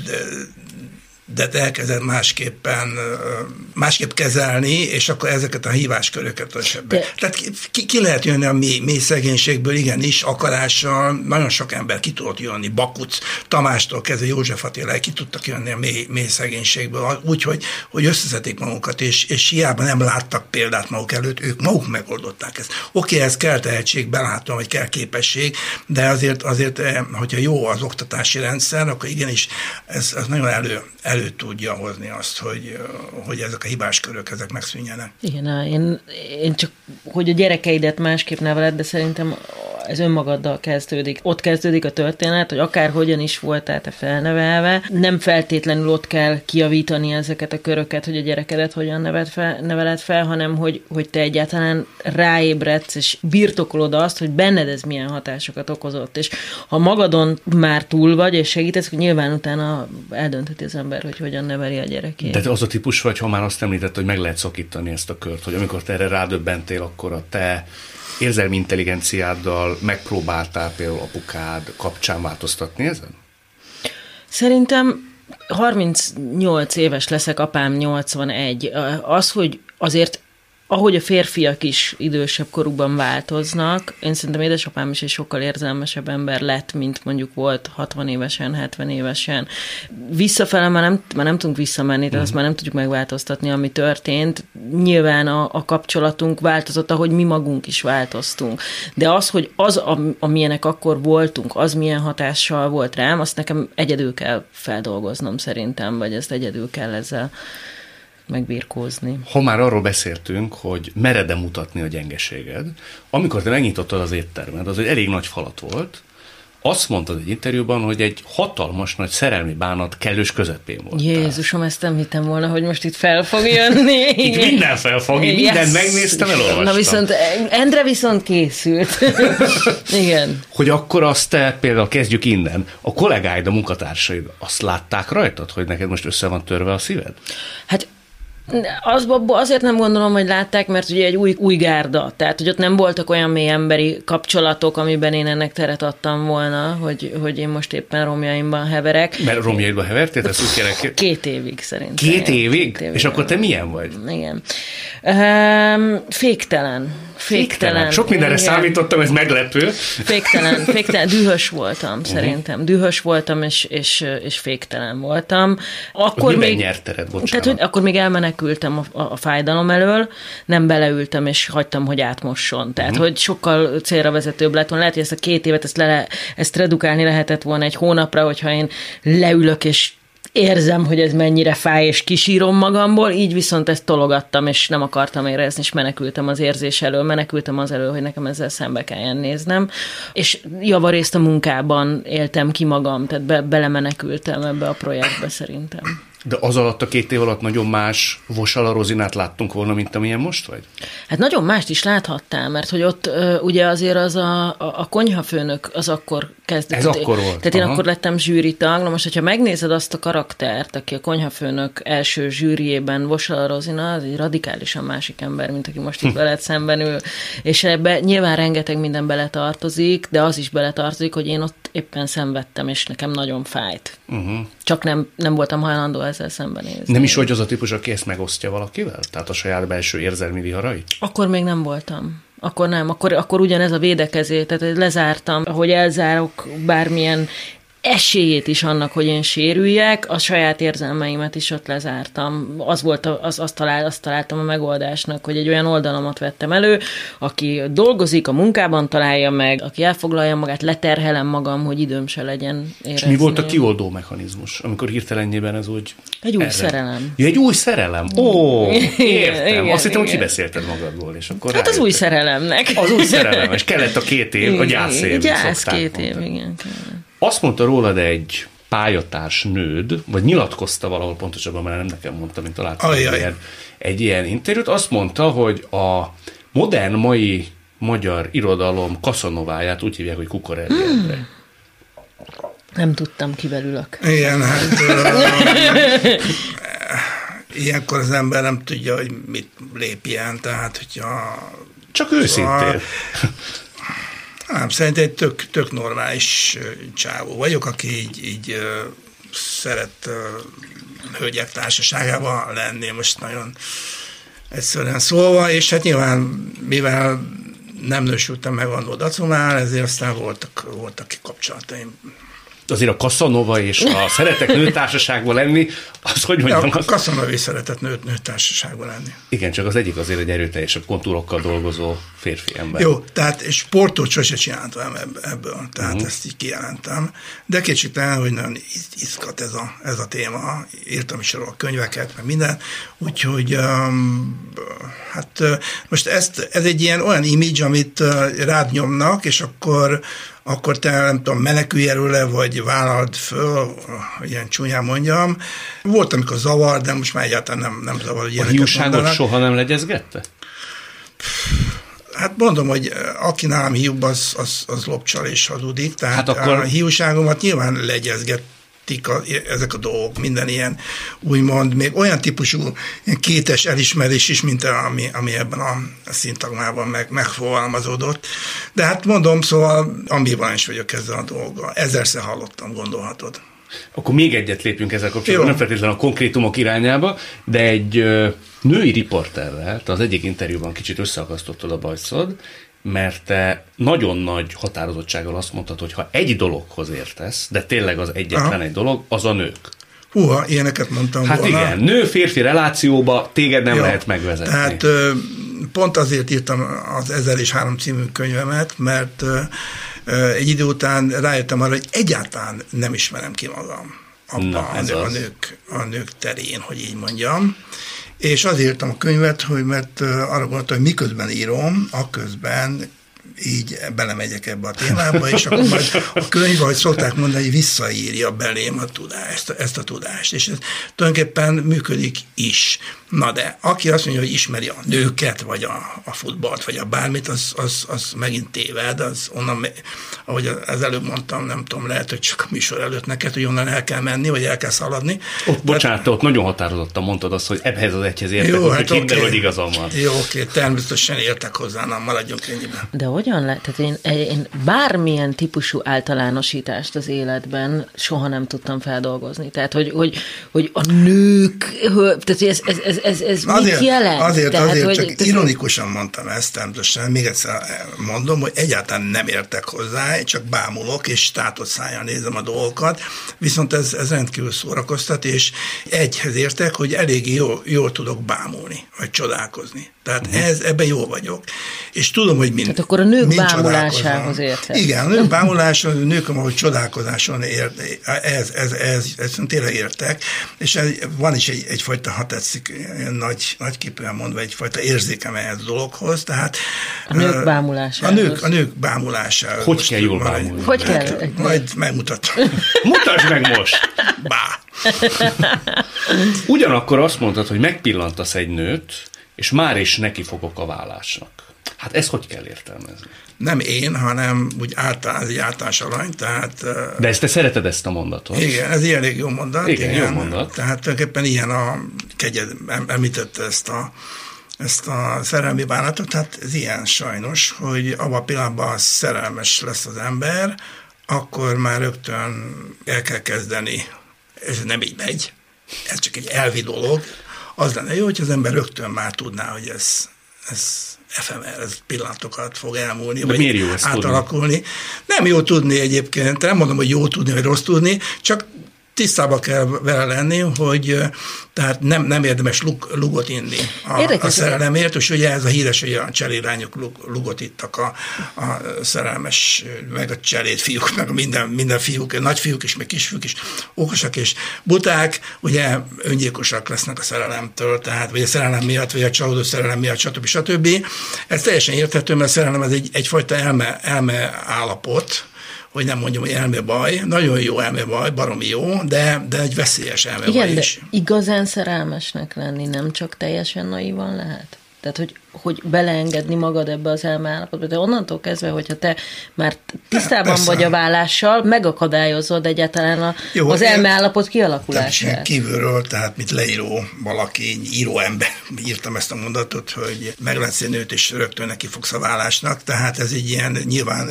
de te elkezded másképpen, másképp kezelni, és akkor ezeket a hívásköröket de... Tehát ki, ki lehet jönni a mély, mély szegénységből, igenis, akarással, nagyon sok ember ki tudott jönni, Bakuc Tamástól kezdve József Attiláig ki tudtak jönni a mély, mély szegénységből, úgy, hogy, hogy összeszedték magukat, és, és hiába nem láttak példát maguk előtt, ők maguk megoldották ezt. Oké, ez kell tehetség, belátom, hogy kell képesség, de azért, azért, hogyha jó az oktatási rendszer, akkor igenis ez, ez nagyon elő, elő tudja hozni azt, hogy, hogy ezek a hibáskörök, ezek megszűnjenek. Igen, én, én csak, hogy a gyerekeidet másképp neveled, de szerintem ez önmagaddal kezdődik. Ott kezdődik a történet, hogy akárhogyan is voltál te felnevelve, nem feltétlenül ott kell kijavítani ezeket a köröket, hogy a gyerekedet hogyan neveled fel, neveled fel, hanem hogy, hogy te egyáltalán ráébredsz, és birtokolod azt, hogy benned ez milyen hatásokat okozott. És ha magadon már túl vagy, és segítesz, hogy nyilván utána eldöntheti az ember, hogy hogyan neveli a gyerekét. De te az a típus vagy, ha már azt említett, hogy meg lehet szakítani ezt a kört, hogy amikor te erre rádöbbentél, akkor a te érzelmi intelligenciáddal megpróbáltál például apukád kapcsán változtatni ezen? Szerintem harmincnyolc éves leszek, apám nyolcvanegy. Az, hogy azért ahogy a férfiak is idősebb korukban változnak, én szerintem édesapám is egy sokkal érzelmesebb ember lett, mint mondjuk volt hatvan évesen, hetven évesen. Visszafele már nem, már nem tudunk visszamenni, tehát azt már nem tudjuk megváltoztatni, ami történt. Nyilván a, a kapcsolatunk változott, ahogy mi magunk is változtunk. De az, hogy az, amilyenek akkor voltunk, az milyen hatással volt rám, azt nekem egyedül kell feldolgoznom szerintem, vagy ezt egyedül kell ezzel megbirkózni. Ha már arról beszéltünk, hogy mered-e mutatni a gyengeséged, amikor te megnyitottad az éttermed, az egy elég nagy falat volt, azt mondtad egy interjúban, hogy egy hatalmas nagy szerelmi bánat kellős közepén volt. Jézusom, ezt nem hittem volna, hogy most itt fel fog jönni. Itt minden fel fog, yes. Mindent megnéztem, elolvastam. Na viszont, Endre viszont készült. Igen. Hogy akkor azt te, például kezdjük innen, a kollégáid, a munkatársaid azt látták rajtad, hogy neked most össze van törve a szíved? Hát Az, azért nem gondolom, hogy látták, mert ugye egy új, új gárda, tehát hogy ott nem voltak olyan mély emberi kapcsolatok, amiben én ennek teret adtam volna, hogy, hogy én most éppen romjaimban heverek. Mert romjaidban hevertél? Ezt úgy kérek... Két évig szerintem. Két évig? Két évig? És akkor te milyen vagy? Igen. Um, féktelen. Féktelen. Sok mindenre igen. Számítottam, ez meglepő. Féktelen, féktelen, dühös voltam uh-huh. szerintem. Dühös voltam, és, és, és féktelen voltam. Akkor miben még, nyertered, bocsánat? Tehát, hogy akkor még elmenekültem a, a, a fájdalom elől, nem beleültem, és hagytam, hogy átmosson. Tehát, uh-huh. hogy sokkal célra vezetőbb lett volna. Lehet, hogy ezt a két évet, ezt, le, ezt redukálni lehetett volna egy hónapra, hogyha én leülök, és érzem, hogy ez mennyire fáj, és kisírom magamból, így viszont ezt tologattam, és nem akartam érezni, és menekültem az érzés elől, menekültem az elől, hogy nekem ezzel szembe kelljen néznem, és javarészt a munkában éltem ki magam, tehát be, belemenekültem ebbe a projektbe szerintem. De az alatt a két év alatt nagyon más Vosala Rozinát láttunk volna, mint amilyen most vagy? Hát nagyon mást is láthattál, mert hogy ott uh, ugye azért az a, a, a konyhafőnök az akkor kezdett. Ez akkor volt. Tehát én aha. akkor lettem zsűritag. Na most, hogyha megnézed azt a karaktert, aki a konyhafőnök első zsűriében, Vosala Rozina, az egy radikálisan másik ember, mint aki most itt veled szemben ül. És ebbe nyilván rengeteg minden beletartozik, de az is beletartozik, hogy én ott éppen szenvedtem, és nekem nagyon fájt. Uh-huh. Csak nem, nem voltam hajlandó ezzel szembenézni. Nem is vagy az a típus, aki ezt megosztja valakivel? Tehát a saját belső érzelmi viharait? Akkor még nem voltam. Akkor nem. Akkor, akkor ugyanez a védekezés. Tehát lezártam, hogy elzárok bármilyen esélyét is annak, hogy én sérüljek, a saját érzelmeimet is ott lezártam. Az volt, a, az, azt, talál, azt találtam a megoldásnak, hogy egy olyan oldalamat vettem elő, aki dolgozik, a munkában találja meg, aki elfoglalja magát, leterhelem magam, hogy időm se legyen érezni. És mi volt a kioldó mechanizmus, amikor hirtelenjében ez úgy... Egy új erre... szerelem. Ja, egy új szerelem? Ó, értem. Igen, azt hittem, hogy kibeszélted magadból, és akkor hát rájöttem. Az új szerelemnek. Az új szerelem, és kellett a két év, a gyász év. Gyász két év, igen. Azt mondta rólad egy pályatárs nőd, vagy nyilatkozta valahol pontosabban, mert nem nekem mondta, mint találtam egy ilyen, egy ilyen interjút, azt mondta, hogy a modern mai magyar irodalom Casanováját úgy hívják, hogy Cucorelli Endre. Hmm. Nem tudtam, kivel ülök. Igen, hát ilyenkor az ember nem tudja, hogy mit lépjen, tehát hogyha... Csak őszintén. Nem, szerintem egy tök, tök normális csávó vagyok, aki így, így szeret hölgyek társaságában lenni, most nagyon egyszerűen szólva, és hát nyilván, mivel nem nősültem meg annó Dacumál, ezért aztán voltak, voltak kapcsolataim. Azért a Casanova és a szeretek nőtársaságban lenni, az hogy mondjam? Ja, a Casanova is szeretett nő, nőtársaságban lenni. Igen, csak az egyik azért egy erőteljesebb kontúrokkal dolgozó férfi ember. Jó, tehát sportot sose csináltam ebből, tehát uh-huh. ezt így kijelentem. De kétségtelen, hogy nagyon izgat ez a, ez a téma. Írtam is róla a könyveket, meg minden. Úgyhogy um, hát most ezt, ez egy ilyen olyan image, amit rád nyomnak, és akkor akkor te, nem tudom, menekülj előle, vagy vállald föl, ilyen csúnyán mondjam. Volt, amikor zavar, de most már egyáltalán nem, nem zavar, hogy ilyeneket mondanak. A hiúságot soha nem legyezgette? Hát mondom, hogy aki nálam hiúbb, az, az, az lopcsal és hazudik, tehát hát akkor... a hiúságomat nyilván legyezget, A, ezek a dolgok, minden ilyen úgymond, még olyan típusú ilyen kétes elismerés is, mint ami, ami ebben a szintagmában meg, megfogalmazódott. De hát mondom, szóval ambivalens vagyok ezzel a dolggal. Ezerszer hallottam, gondolhatod. Akkor még egyet lépjünk ezzel kapcsolatban, nem feltétlenül a konkrétumok irányába, de egy ö, női riporterrel, te az egyik interjúban kicsit összeakasztottad a bajszod, mert te nagyon nagy határozottsággal azt mondtad, hogy ha egy dologhoz értesz, de tényleg az egyetlen Aha. egy dolog, az a nők. Húha, ilyeneket mondtam hát volna. Hát igen, nő-férfi relációba téged nem Jó, lehet megvezetni. Tehát pont azért írtam az Ezer és három című könyvemet, mert egy idő után rájöttem arra, hogy egyáltalán nem ismerem ki magam abban Na, a, nő, a, nők, a nők terén, hogy így mondjam. És azért írtam a könyvet, hogy mert arra gondoltam, hogy miközben írom, aközben így belemegyek ebbe a témába, és akkor majd a könyv, ahogy szokták mondani, visszaírja belém a tudást, ezt, a, ezt a tudást, és ez tulajdonképpen működik is. Na de, aki azt mondja, hogy ismeri a nőket, vagy a, a futballt, vagy a bármit, az, az, az megint téved, az onnan, ahogy az előbb mondtam, nem tudom, lehet, hogy csak a műsor előtt neked, hogy onnan el kell menni, vagy el kell szaladni. Ott, bocsánat, ott nagyon határozottan mondtad azt, hogy ebhez az egyhez értek, jó, hát hidd el, hogy igazam van. Jó, oké, természetesen értek hozzá, nem maradjunk ennyiben. De hogyan lehet? Tehát én, én bármilyen típusú általánosítást az életben soha nem tudtam feldolgozni. Tehát, hogy, hogy, hogy a nők, tehát ez, ez, ez, ez, ez azért, mit jelent? Azért, tehát, azért hogy, csak tehát, ironikusan mondtam ezt, természetesen, még egyszer mondom, hogy egyáltalán nem értek hozzá, csak bámulok, és státott szájjal nézem a dolgokat, viszont ez, ez rendkívül szórakoztat, és egyhez értek, hogy eléggé jól, jól tudok bámulni, vagy csodálkozni. Tehát uh-huh. ez, ebben jó vagyok. És tudom, hogy mind. Tehát akkor a nők bámulásához értek. Igen, a nők bámulása, a nők, ahogy csodálkozáson ért, ez, ez, ez, ez tényleg értek, és ez, van is egy, egyfajta, ha tetszik, nagy, nagy képűen mondva, egyfajta érzékem ehhez a dologhoz, tehát a nők bámulásához. A nők, a nők bámulásához. Hogy kell jól bámulni? Hogy kell? Majd, majd megmutatom. Mutasd meg most! Bá! Ugyanakkor azt mondtad, hogy megpillantasz egy nőt, és már is neki fogok a vállásnak. Hát ezt hogy kell értelmezni? Nem én, hanem úgy általán, ez egy általános alany, tehát... De ezt te szereted ezt a mondatot? Igen, ez elég jó mondat. Igen, igen, jó mondat. Tehát tulajdonképpen ilyen a kegyed, említette ezt a, ezt a szerelmi bánatot, tehát ez ilyen sajnos, hogy abban a pillanatban szerelmes lesz az ember, akkor már rögtön el kell kezdeni, ez nem így megy, ez csak egy elvi dolog. Az lenne jó, hogy az ember rögtön már tudná, hogy ez, ez efemer, ez pillanatokat fog elmúlni, de vagy jó átalakulni. Tudni? Nem jó tudni egyébként, nem mondom, hogy jó tudni, vagy rossz tudni, csak tisztában kell vele lenni, hogy tehát nem, nem érdemes lug, lugot inni a, a szerelemért, és ugye ez a híres, hogy a cselérányok lug, lugot ittak a, a szerelmes, meg a cselét fiúk, meg minden, minden fiúk, nagy fiúk is, meg kisfiúk is okosak és buták, ugye öngyilkosak lesznek a szerelemtől, tehát vagy a szerelem miatt, vagy a csalódó szerelem miatt, stb. stb. Ez teljesen érthető, mert a szerelem az egy, egyfajta elme, elme állapot, hogy nem mondjam, hogy elmebaj, nagyon jó elmebaj, baromi jó, de, de egy veszélyes elmebaj igen, is. De igazán szerelmesnek lenni nem csak teljesen naivan lehet? Tehát, hogy, hogy beleengedni magad ebbe az elmeállapotba, de onnantól kezdve, hogyha te már tisztában Persze. vagy a vállással, megakadályozod egyáltalán a, Jó, az elmeállapot kialakulását. Kívülről, tehát mint leíró valaki, író ember, írtam ezt a mondatot, hogy meglátsz egy nőt, és rögtön neki fogsz a vállásnak, tehát ez egy ilyen nyilván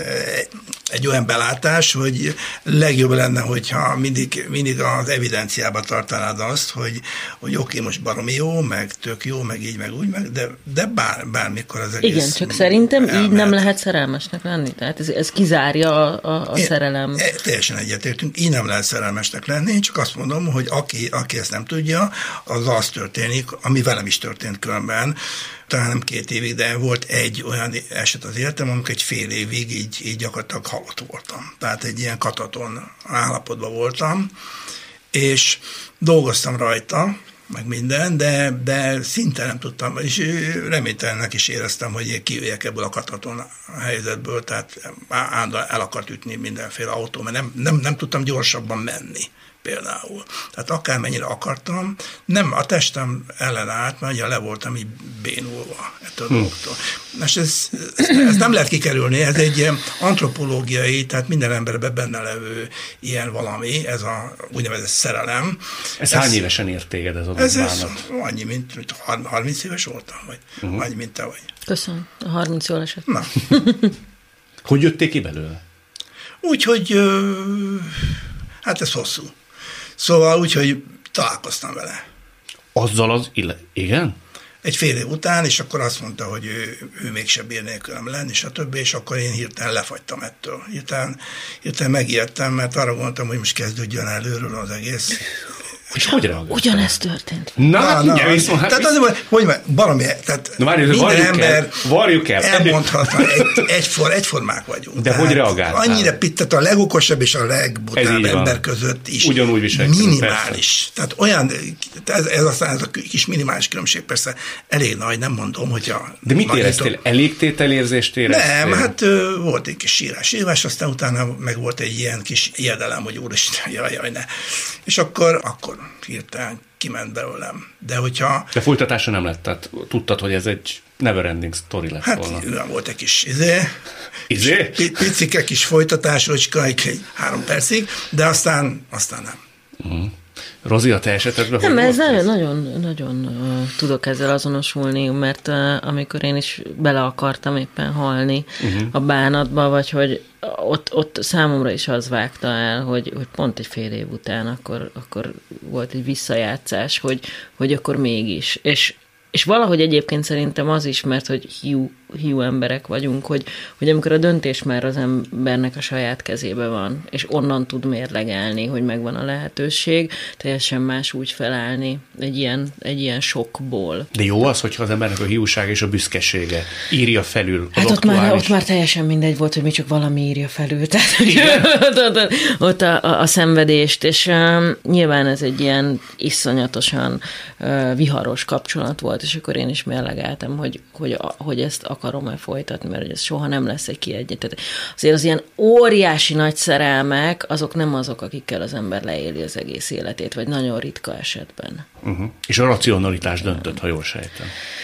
egy olyan belátás, hogy legjobb lenne, hogyha mindig, mindig az evidenciába tartanád azt, hogy, hogy oké, okay, most baromi jó, meg tök jó, meg így, meg úgy, meg, de, de bár, bármikor az egész igen, csak szerintem elmehet. Így nem lehet szerelmesnek lenni. Tehát ez, ez kizárja a, a, a Én, szerelem. Teljesen egyetértünk, így nem lehet szerelmesnek lenni, én csak azt mondom, hogy aki, aki ezt nem tudja, az az történik, ami velem is történt különben, talán nem két évig, de volt egy olyan eset az életem, amikor egy fél évig így, így gyakorlatilag halott voltam. Tehát egy ilyen kataton állapotban voltam, és dolgoztam rajta, meg minden, de, de szinte nem tudtam, és reménytelennek is éreztem, hogy én kijöjjek ebből a kataton helyzetből, tehát el akart ütni mindenféle autó, mert nem, nem, nem tudtam gyorsabban menni. Például. Tehát akármennyire akartam, nem a testem ellenállt, mert ugye le voltam így bénulva ettől a dolgoktól. És ez, ez, ez nem lehet kikerülni, ez egy antropológiai, tehát minden emberben benne levő ilyen valami, ez a úgynevezett szerelem. Ez, ez hány évesen ért téged ez a ez, ez annyi, mint, mint harminc éves voltam, vagy uh-huh. annyi, mint te vagy. Köszönöm, a harminc jól esett. Na. Hogy jöttél ki belőle? Úgy, hogy hát ez hosszú. Szóval úgy, hogy találkoztam vele. Azzal az ille... Igen? Egy fél év után, és akkor azt mondta, hogy ő, ő mégsem bír nélkülem lenni, és a többi, és akkor én hirtelen lefagytam ettől. Hirtelen, hirtelen megijedtem, mert arra gondoltam, hogy most kezdődjön előről az egész És hogy reagáltál? Ugyanezt történt. Na, na, na. Na, Viszont, hát tehát az, hogy, hogy valami, tehát na, várj, minden varjuk ember el, varjuk el. elmondhatna, egy, egyfor, egyformák vagyunk. De tehát hogy reagáltál? Annyira pittet a legokosabb és a legbutább ember között is. Ugyanúgy viselkedünk, minimális. Persze. Tehát olyan, ez, ez aztán ez a kis minimális különbség persze elég nagy, nem mondom, hogyha... De mit éreztél? Elégtételérzést éreztél? Nem, hát volt egy kis sírás, írás, aztán utána meg volt egy ilyen kis ijedelem, hogy úristen, jaj, jaj, ne. És akkor, akkor hirtelen kiment belőlem. De hogyha... De folytatása nem lett, tehát tudtad, hogy ez egy never ending story lett hát, volna. Hát volt egy kis izé, izé? Kis, picike kis folytatás, rocska, egy három percig, de aztán, aztán nem. Uh-huh. Rozi, a te esetedben nem, hogy ez volt nagyon, nagyon, nagyon uh, tudok ezzel azonosulni, mert uh, amikor én is bele akartam éppen halni uh-huh. a bánatba, vagy hogy ott, ott számomra is az vágta el, hogy, hogy pont egy fél év után akkor, akkor volt egy visszajátszás, hogy, hogy akkor mégis. És, és valahogy egyébként szerintem az is, mert hogy hiú, hiú emberek vagyunk, hogy, hogy amikor a döntés már az embernek a saját kezébe van, és onnan tud mérlegelni, hogy megvan a lehetőség, teljesen más úgy felállni egy ilyen, egy ilyen sokból. De jó az, hogyha az embernek a hiúság és a büszkesége írja felül az hát ott aktuális... már, ott már teljesen mindegy volt, hogy mi csak valami írja felül. Tehát, ott, ott, ott a, a, a szenvedést, és um, nyilván ez egy ilyen iszonyatosan uh, viharos kapcsolat volt, és akkor én is mérlegeltem, hogy, hogy, hogy ezt akarom-e folytatni, mert hogy ez soha nem lesz egy kiegyenlített. Azért az ilyen óriási nagy szerelmek, azok nem azok, akikkel az ember leéli az egész életét, vagy nagyon ritka esetben. Uh-huh. És a racionalitás döntött, ha jól sejtem.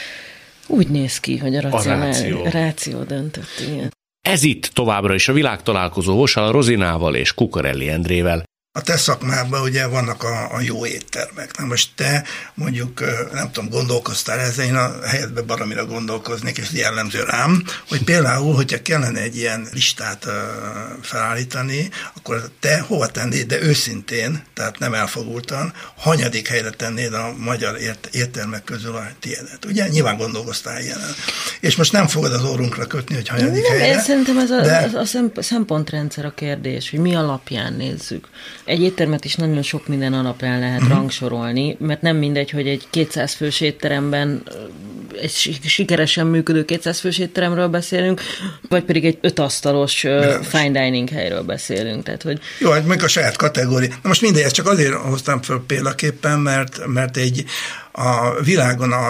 Úgy néz ki, hogy a, racionál... a ráció. ráció döntött, igen. Ez itt továbbra is a világtalálkozó Vossal Rozinával és Kukorelli Endrével. A te szakmában ugye vannak a, a jó éttermek. Na most te mondjuk, nem tudom, gondolkoztál ezzel, én a helyedbe baromira gondolkoznék, és jellemző rám, hogy például, hogyha kellene egy ilyen listát uh, felállítani, akkor te hova tennéd, de őszintén, tehát nem elfogultan, hanyadik helyre tennéd a magyar ért, éttermek közül a tiédet. Ugye? Nyilván gondolkoztál ilyenen. És most nem fogod az órunkra kötni, hogy hanyadik nem, helyre. Én szerintem ez a, de... a, a szempontrendszer a kérdés, hogy mi alapján nézzük. Egy éttermet is nagyon sok minden alapján lehet uh-huh. rangsorolni, mert nem mindegy, hogy egy kétszáz fős étteremben, egy sikeresen működő kétszáz fős étteremről beszélünk, vagy pedig egy öt asztalos uh, fine dining helyről beszélünk. Tehát, hogy... Jó, hát meg a saját kategória. Na most mindegy, ezt csak azért hoztam föl példaképpen, mert, mert egy a világon a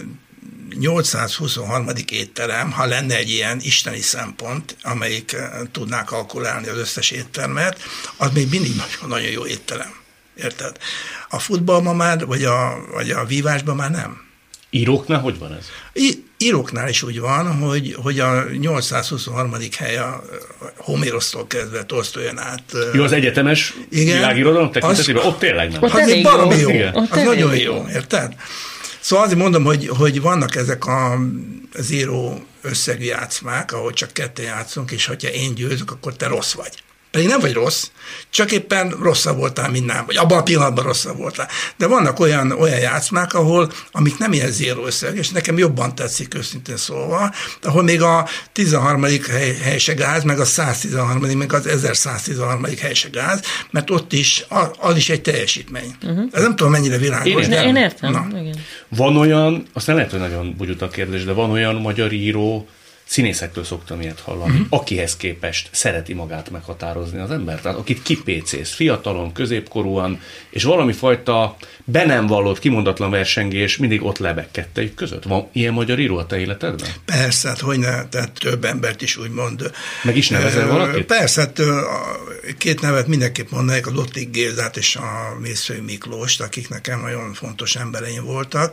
nyolcszázhuszonharmadik étterem, ha lenne egy ilyen isteni szempont, amelyik tudná kalkulálni az összes éttermet, az még mindig nagyon, nagyon jó étterem. Érted? A futballban már, vagy a, vagy a vívásban már nem. Íróknál hogy van ez? I- íróknál is úgy van, hogy, hogy a nyolcszázhuszonharmadik hely a Homérosztól kezdve Tolsztojon át. Jó, az egyetemes világirodalom tekintetében, ott tényleg nem. Ott az egy baromi jó, jó. az nagyon jó, jó, érted? Szóval azért mondom, hogy, hogy vannak ezek a zéró összegű játszmák, ahol csak ketten játszunk, és hogyha én győzök, akkor te rossz vagy. Pedig nem vagy rossz, csak éppen rosszabb voltál, mint nem, vagy abban a pillanatban rosszabb voltál. De vannak olyan, olyan játszmák, ahol, amik nem ilyen zéró összeg, és nekem jobban tetszik őszintén szólva, ahol még a tizenharmadik hely, hely se gáz, meg a száztizenharmadik, meg az ezerszáztizenharmadik hely se gáz, mert ott is, az is egy teljesítmény. Uh-huh. Ez nem tudom, mennyire világos. Én, de, én értem. Igen. Van olyan, azt nem lehet, hogy nagyon bugyut a kérdés, de van olyan magyar író, színészektől szoktam ilyet hallani, uh-huh. akihez képest szereti magát meghatározni az ember. Tehát akit kipécész, fiatalon, középkorúan, és valami fajta be nem vallott, kimondatlan versengés mindig ott lebeg kettejük között. Van ilyen magyar író a te életedben? Persze, hát hogy ne, tehát több embert is úgy mond. Meg is nevezel valakit? Persze, hát két nevet mindenképp mondanék, a Lottik Gézát és a Mészfői Miklóst, akik nekem nagyon fontos embereim voltak,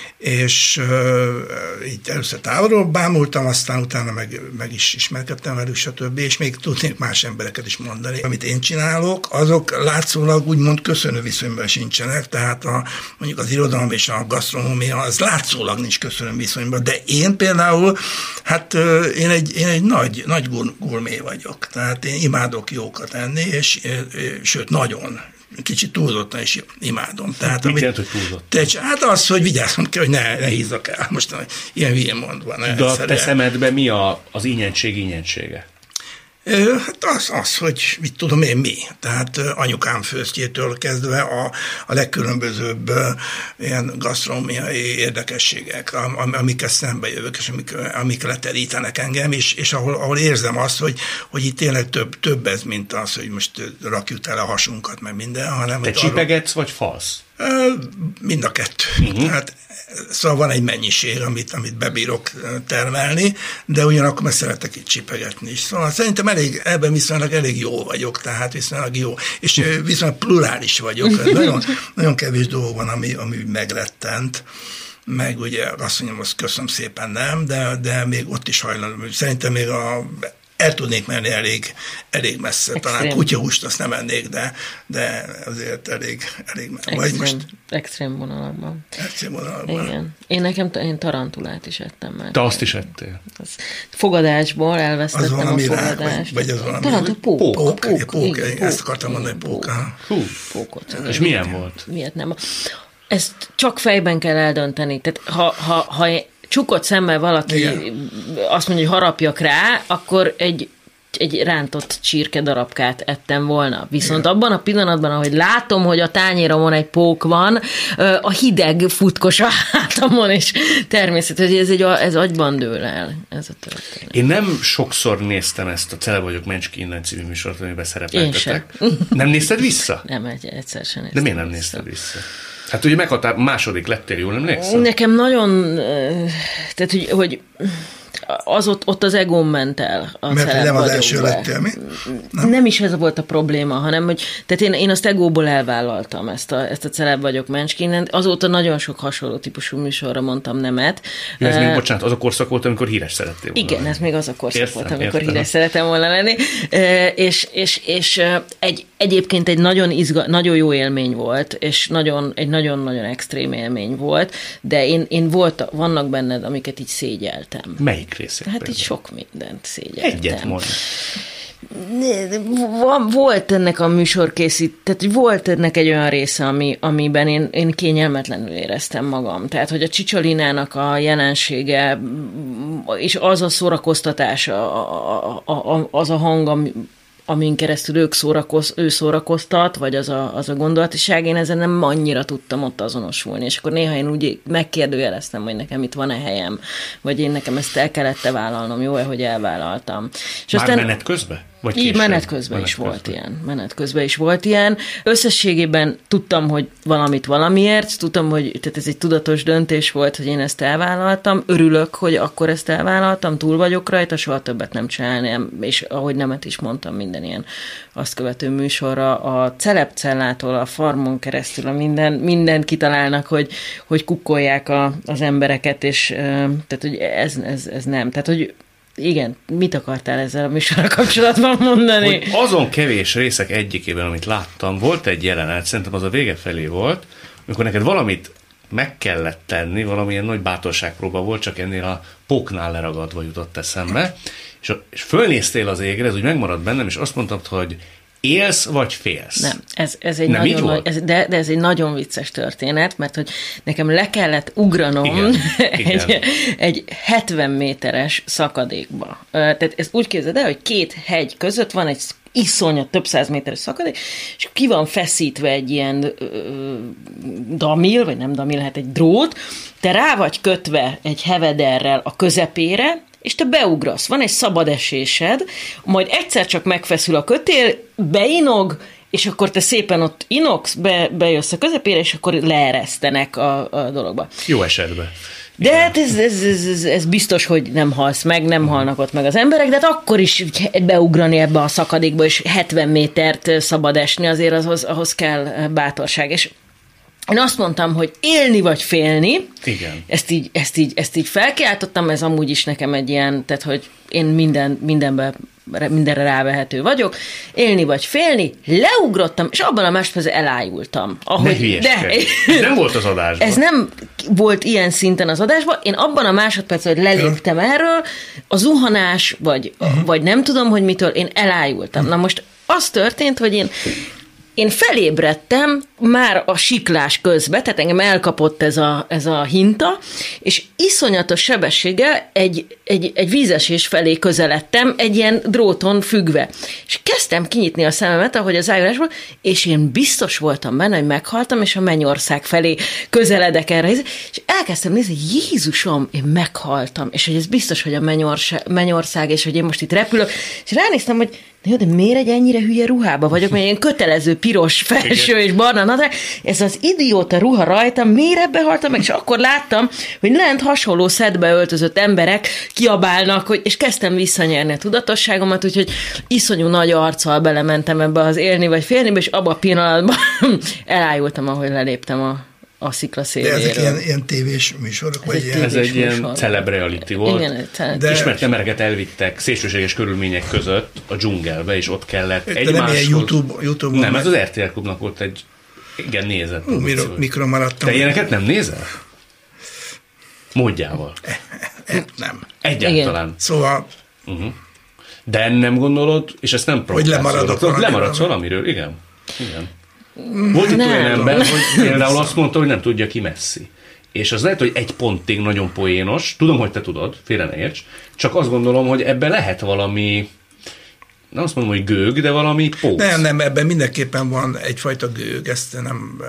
és uh, így először távolról bámultam, aztán utána meg, meg is ismerkedtem velük, stb. És még tudnék más embereket is mondani. Amit én csinálok, azok látszólag úgymond köszönő viszonyban sincsenek, tehát a, mondjuk az irodalom és a gasztronómia, az látszólag nincs köszönő viszonyban, de én például, hát uh, én egy, én egy nagy, nagy gurmé vagyok, tehát én imádok jókat enni, és, és sőt, nagyon. Kicsit túlzottan is imádom. Tehát, mit amit, jelent, hogy túlzott? Te, hát az, hogy vigyázzam kell, hogy ne, ne hízzak el. Most ilyen hülyén mondva. De a te szemedben mi a, az ínyentség ínyensége? Hát az, az, hogy mit tudom én mi. Tehát anyukám főztjétől kezdve a, a legkülönbözőbb ilyen gasztronómiai érdekességek, amikkel szembe jövök, és amik, amik leterítenek engem, és, és ahol, ahol érzem azt, hogy, hogy itt tényleg több, több ez, mint az, hogy most rakjuk el a hasunkat, meg minden, hanem... Te csipegetsz, arról... vagy falsz? Mind a kettő. Uh-huh. Tehát, szóval van egy mennyiség, amit, amit bebírok termelni, de ugyanakkor meg szeretek itt csipegetni is. Szóval szerintem elég, ebben viszonylag elég jó vagyok, tehát viszonylag jó. És viszonylag plurális vagyok. Nagyon, nagyon kevés dolog van, ami, ami megrettent. Meg ugye azt mondjam, azt köszönöm szépen nem, de, de még ott is hajlandó. Szerintem még a el tudnék menni elég, elég messze. Extrém. Talán kutyahúst azt nem ennék, de, de azért elég, elég extrém, vagy most... extrém vonalakban. Extrém vonalakban. Igen. Én nekem én tarantulát is ettem már. Te azt is ettél? Az fogadásból elvesztettem az valami a fogadást. Vagy, vagy az valami... Tarantul, pók. Pók, pók, pók, pók, pók igen, ezt akartam mondani, pók. Hú, pókot. És milyen volt? Miért nem? Ezt csak fejben kell eldönteni. Tehát ha, ha, ha csukott szemmel valaki igen. azt mondja, hogy harapjak rá, akkor egy, egy rántott csirke darabkát ettem volna. Viszont igen. abban a pillanatban, ahogy látom, hogy a tányéromon egy pók van, a hideg futkos a hátamon, és természetesen ez, egy, ez agyban dől el. Ez a történet. Én nem sokszor néztem ezt a Cele vagyok Mencsky innen című műsort, amiben szerepeltetek. Nem nézted vissza? Nem, egy, egyszer sem néztem. De miért nem nézted vissza? Hát ugye meghatár, második lettél, jól emlékszem? Nekem nagyon, tehát hogy, hogy az ott, ott az egóm ment el. A Mert nem az első lettél, mi? Nem. nem is ez volt a probléma, hanem, hogy tehát én, én azt egóból elvállaltam, ezt a, ezt a Celeb vagyok Mencsky. Azóta nagyon sok hasonló típusú műsorra mondtam nemet. Ja, ez uh, még, bocsánat, az a korszak volt, amikor híres szerettél volna. Igen, ez még az a korszak értem, volt, amikor értem. híres szerettem volna lenni. Uh, és és, és uh, egy, egyébként egy nagyon, izga, nagyon jó élmény volt, és nagyon, egy nagyon-nagyon extrém élmény volt, de én, én volt, vannak benned, amiket így szégyeltem. Melyik részét? Hát így sok mindent szégyeltem. Egyet mondj. Volt ennek a műsorkészít, tehát volt ennek egy olyan része, ami, amiben én, én kényelmetlenül éreztem magam. Tehát, hogy a Csicsolinának a jelensége, és az a szórakoztatás, a, a, a, az a hang, ami, amin keresztül ők szórakoz, ő szórakoztat, vagy az a, az a gondolatiság, én ezen nem annyira tudtam ott azonosulni, és akkor néha én úgy megkérdőjeleztem, hogy nekem itt van-e helyem, vagy én nekem ezt el kellett-e vállalnom, jó-e, hogy elvállaltam. És Már aztán, menet közben? Vagy így menet közben menet is közben. volt ilyen. Menet közben is volt ilyen. Összességében tudtam, hogy valamit valamiért, tudtam, hogy tehát ez egy tudatos döntés volt, hogy én ezt elvállaltam. Örülök, hogy akkor ezt elvállaltam, túl vagyok rajta, soha többet nem csinálni, és ahogy nemet is mondtam, minden ilyen azt követő műsorra, a Celebcellától a Farmon keresztül, a minden, mindent kitalálnak, hogy, hogy kukkolják a, az embereket, és tehát, hogy ez, ez, ez nem. Tehát, hogy igen, mit akartál ezzel a műsorral kapcsolatban mondani? Hogy azon kevés részek egyikében, amit láttam, volt egy jelenet, szerintem az a vége felé volt, amikor neked valamit meg kellett tenni, valamilyen nagy bátorságpróba volt, csak ennél a póknál leragadva jutott eszembe, és, és fölnéztél az égre, ez úgy megmaradt bennem, és azt mondtad, hogy élsz vagy félsz? Nem, ez, ez egy Nem nagyon nagy, ez, de, de ez egy nagyon vicces történet, mert hogy nekem le kellett ugranom igen, egy, igen. egy hetven méteres szakadékba. Tehát ezt úgy képzeld el, hogy két hegy között van egy iszonyat több száz méteres szakadék, és ki van feszítve egy ilyen ö, damil, vagy nem damil, hát egy drót, te rá vagy kötve egy hevederrel a közepére, és te beugrasz. Van egy szabad esésed, majd egyszer csak megfeszül a kötél, beinog, és akkor te szépen ott inogsz, be, bejössz a közepére, és akkor leeresztenek a, a dologba. Jó esetben. De igen. hát ez, ez, ez, ez, ez biztos, hogy nem halsz meg, nem uh-huh. halnak ott meg az emberek, de hát akkor is beugrani ebbe a szakadékba, és hetven métert szabad esni, azért ahhoz, ahhoz kell bátorság. És én azt mondtam, hogy élni vagy félni. Igen. Ezt így, ezt így, ezt így felkiáltottam, ez amúgy is nekem egy ilyen, tehát hogy én minden, mindenben, mindenre rávehető vagyok. Élni vagy félni, leugrottam, és abban a másodpercben elájultam. Ahogy, de ez nem volt az adásban. Ez nem volt ilyen szinten az adásban. Én abban a másodpercben, hogy leléptem erről, a zuhanás, vagy, uh-huh. vagy nem tudom, hogy mitől, én elájultam. Uh-huh. Na most az történt, hogy én én felébredtem már a siklás közben, tehát engem elkapott ez a, ez a hinta, és iszonyatos sebességgel egy, egy, egy vízesés felé közeledtem, egy ilyen dróton függve. És kezdtem kinyitni a szememet, ahogy az ájulásból, és én biztos voltam benne, hogy meghaltam, és a Mennyország felé közeledek erre. És elkezdtem nézni, Jézusom, én meghaltam, és hogy ez biztos, hogy a Mennyország, Mennyország és hogy én most itt repülök. És ránéztem, hogy de jó, de miért egy ennyire hülye ruhába vagyok, mert ilyen kötelező piros felső és barna nadrág, ez az idióta ruha rajtam, miért ebbe haltam meg, és akkor láttam, hogy lent hasonló szedbe öltözött emberek kiabálnak, hogy, és kezdtem visszanyerni a tudatosságomat, úgyhogy iszonyú nagy arccal belementem ebbe az élni vagy félnibe, és abban a pillanatban elájultam, ahogy leléptem a a sziklaszéléről. De ezek ilyen, ilyen tévés műsorok? Ez vagy egy ilyen... Ez egy ilyen celeb reality volt. Igen, celeb. De... Ismert embereket elvittek szélsőséges körülmények között a dzsungelbe, és ott kellett egymáshoz... De nem ilyen YouTube, YouTube Nem, ez az er té el Klubnak volt egy igen nézett. Hú, mikor, mikor maradtam. Te ilyeneket nem nézel? Módjával. E, e, nem. Egyáltalán. Igen. Szóval... Uh-huh. De nem gondolod, és ezt nem hogy lemaradok valamiről. Lemaradsz valamiről, igen. Igen. Volt itt olyan ember, hogy például azt mondta, hogy nem tudja ki Messi. És az lehet, hogy egy pontig nagyon poénos, tudom, hogy te tudod, félre ne érts, csak azt gondolom, hogy ebben lehet valami, nem azt mondom, hogy gőg, de valami póc. Nem, nem, ebben mindenképpen van egyfajta gőg, ezt nem,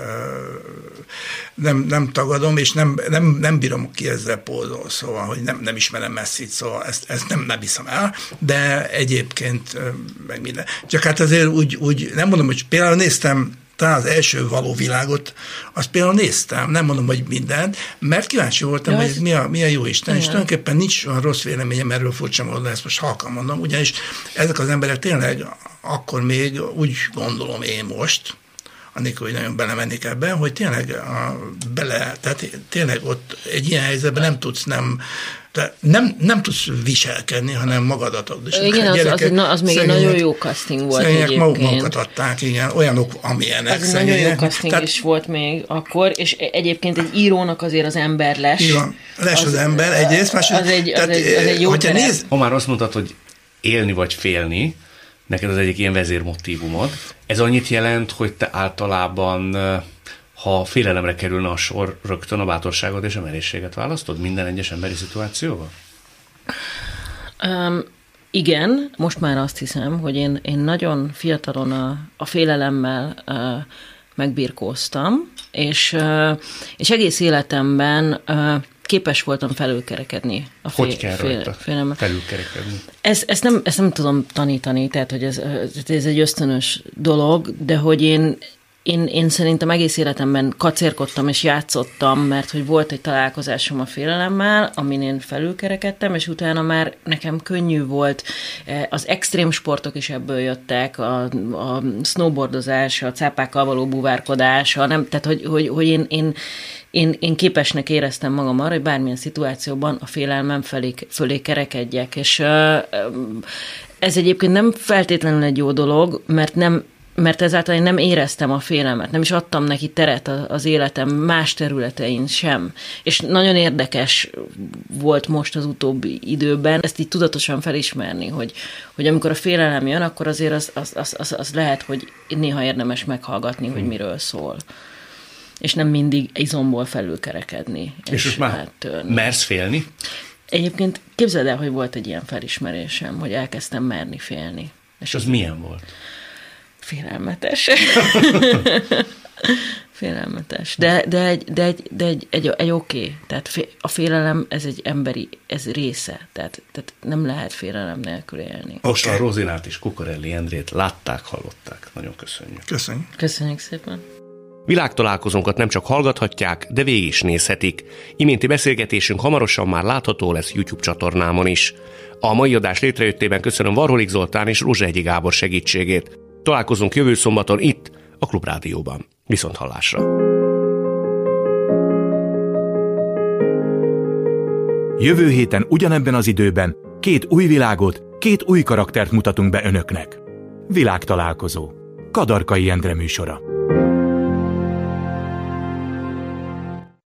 nem, nem tagadom, és nem, nem, nem bírom ki ezzel pózol, szóval, hogy nem, nem ismerem Messit, szóval ezt, ezt nem, nem hiszem el, de egyébként meg minden. Csak hát azért úgy, úgy nem mondom, hogy például néztem talán az első való világot, azt például néztem, nem mondom, hogy mindent, mert kíváncsi voltam, ja, hogy mi a, mi a jó Isten, és tulajdonképpen nincs olyan rossz véleményem erről, furcsa módon, ezt most halkan mondom, ugyanis ezek az emberek tényleg akkor még úgy gondolom én most, annélkül, hogy nagyon belemennék ebben, hogy tényleg a, bele, tehát tényleg ott egy ilyen helyzetben nem tudsz nem de nem, nem tudsz viselkedni, hanem magadat ad. Igen, az, az, az még egy nagyon jó casting volt egyébként. Maguk magukat adták, igen, olyanok, amilyenek. Az nagyon jó casting Tehát, is volt még akkor, és egyébként egy írónak azért az ember les. Igen, les az, az ember egyrészt. Más, az, egy, az, egy, az egy jó néz... Ha már azt mondtad, hogy élni vagy félni, neked az egyik ilyen vezérmotívumod, ez annyit jelent, hogy te általában... Ha félelemre kerülne a sor, rögtön a bátorságot és a merészséget választod minden egyes emberi szituációban? Um, igen, most már azt hiszem, hogy én, én nagyon fiatalon a, a félelemmel uh, megbirkóztam, és, uh, és egész életemben uh, képes voltam felülkerekedni. A fél, hogy kell rajta fél, felülkerekedni? Ez, ezt, nem, ezt nem tudom tanítani, tehát hogy ez, ez egy ösztönös dolog, de hogy én Én, én szerintem egész életemben kacérkodtam és játszottam, mert hogy volt egy találkozásom a félelemmel, amin én felülkerekedtem, és utána már nekem könnyű volt. Az extrém sportok is ebből jöttek, a, a snowboardozás, a cápákkal való búvárkodás, a nem, tehát hogy, hogy, hogy én, én, én, én képesnek éreztem magam arra, hogy bármilyen szituációban a félelmem felé, fölé kerekedjek, és ez egyébként nem feltétlenül egy jó dolog, mert nem mert ezáltal én nem éreztem a félelmet, nem is adtam neki teret az életem más területein sem. És nagyon érdekes volt most az utóbbi időben ezt így tudatosan felismerni, hogy, hogy amikor a félelem jön, akkor azért az, az, az, az, az lehet, hogy néha érdemes meghallgatni, hogy miről szól. És nem mindig izomból felülkerekedni. És, és most már mersz félni? Egyébként képzeld el, hogy volt egy ilyen felismerésem, hogy elkezdtem merni félni. És az milyen volt? Félelmetes. Félelmetes. De, de, egy, de, egy, de egy, egy, egy oké. Okay. Tehát a félelem, ez egy emberi, ez része. Tehát, tehát nem lehet félelem nélkül élni. Most a Rozinát és Kukorelli Endrét látták, hallották. Nagyon köszönjük. Köszönjük. Köszönjük szépen. Világtalálkozónkat nem csak hallgathatják, de végig is nézhetik. Iménti beszélgetésünk hamarosan már látható lesz YouTube csatornámon is. A mai adás létrejöttében köszönöm Varholik Zoltán és Rózsahegyi Gábor segítségét. Találkozunk jövő szombaton itt, a Klubrádióban. Viszont hallásra! Jövő héten ugyanebben az időben két új világot, két új karaktert mutatunk be önöknek. Világtalálkozó. Kadarkai Endre műsora.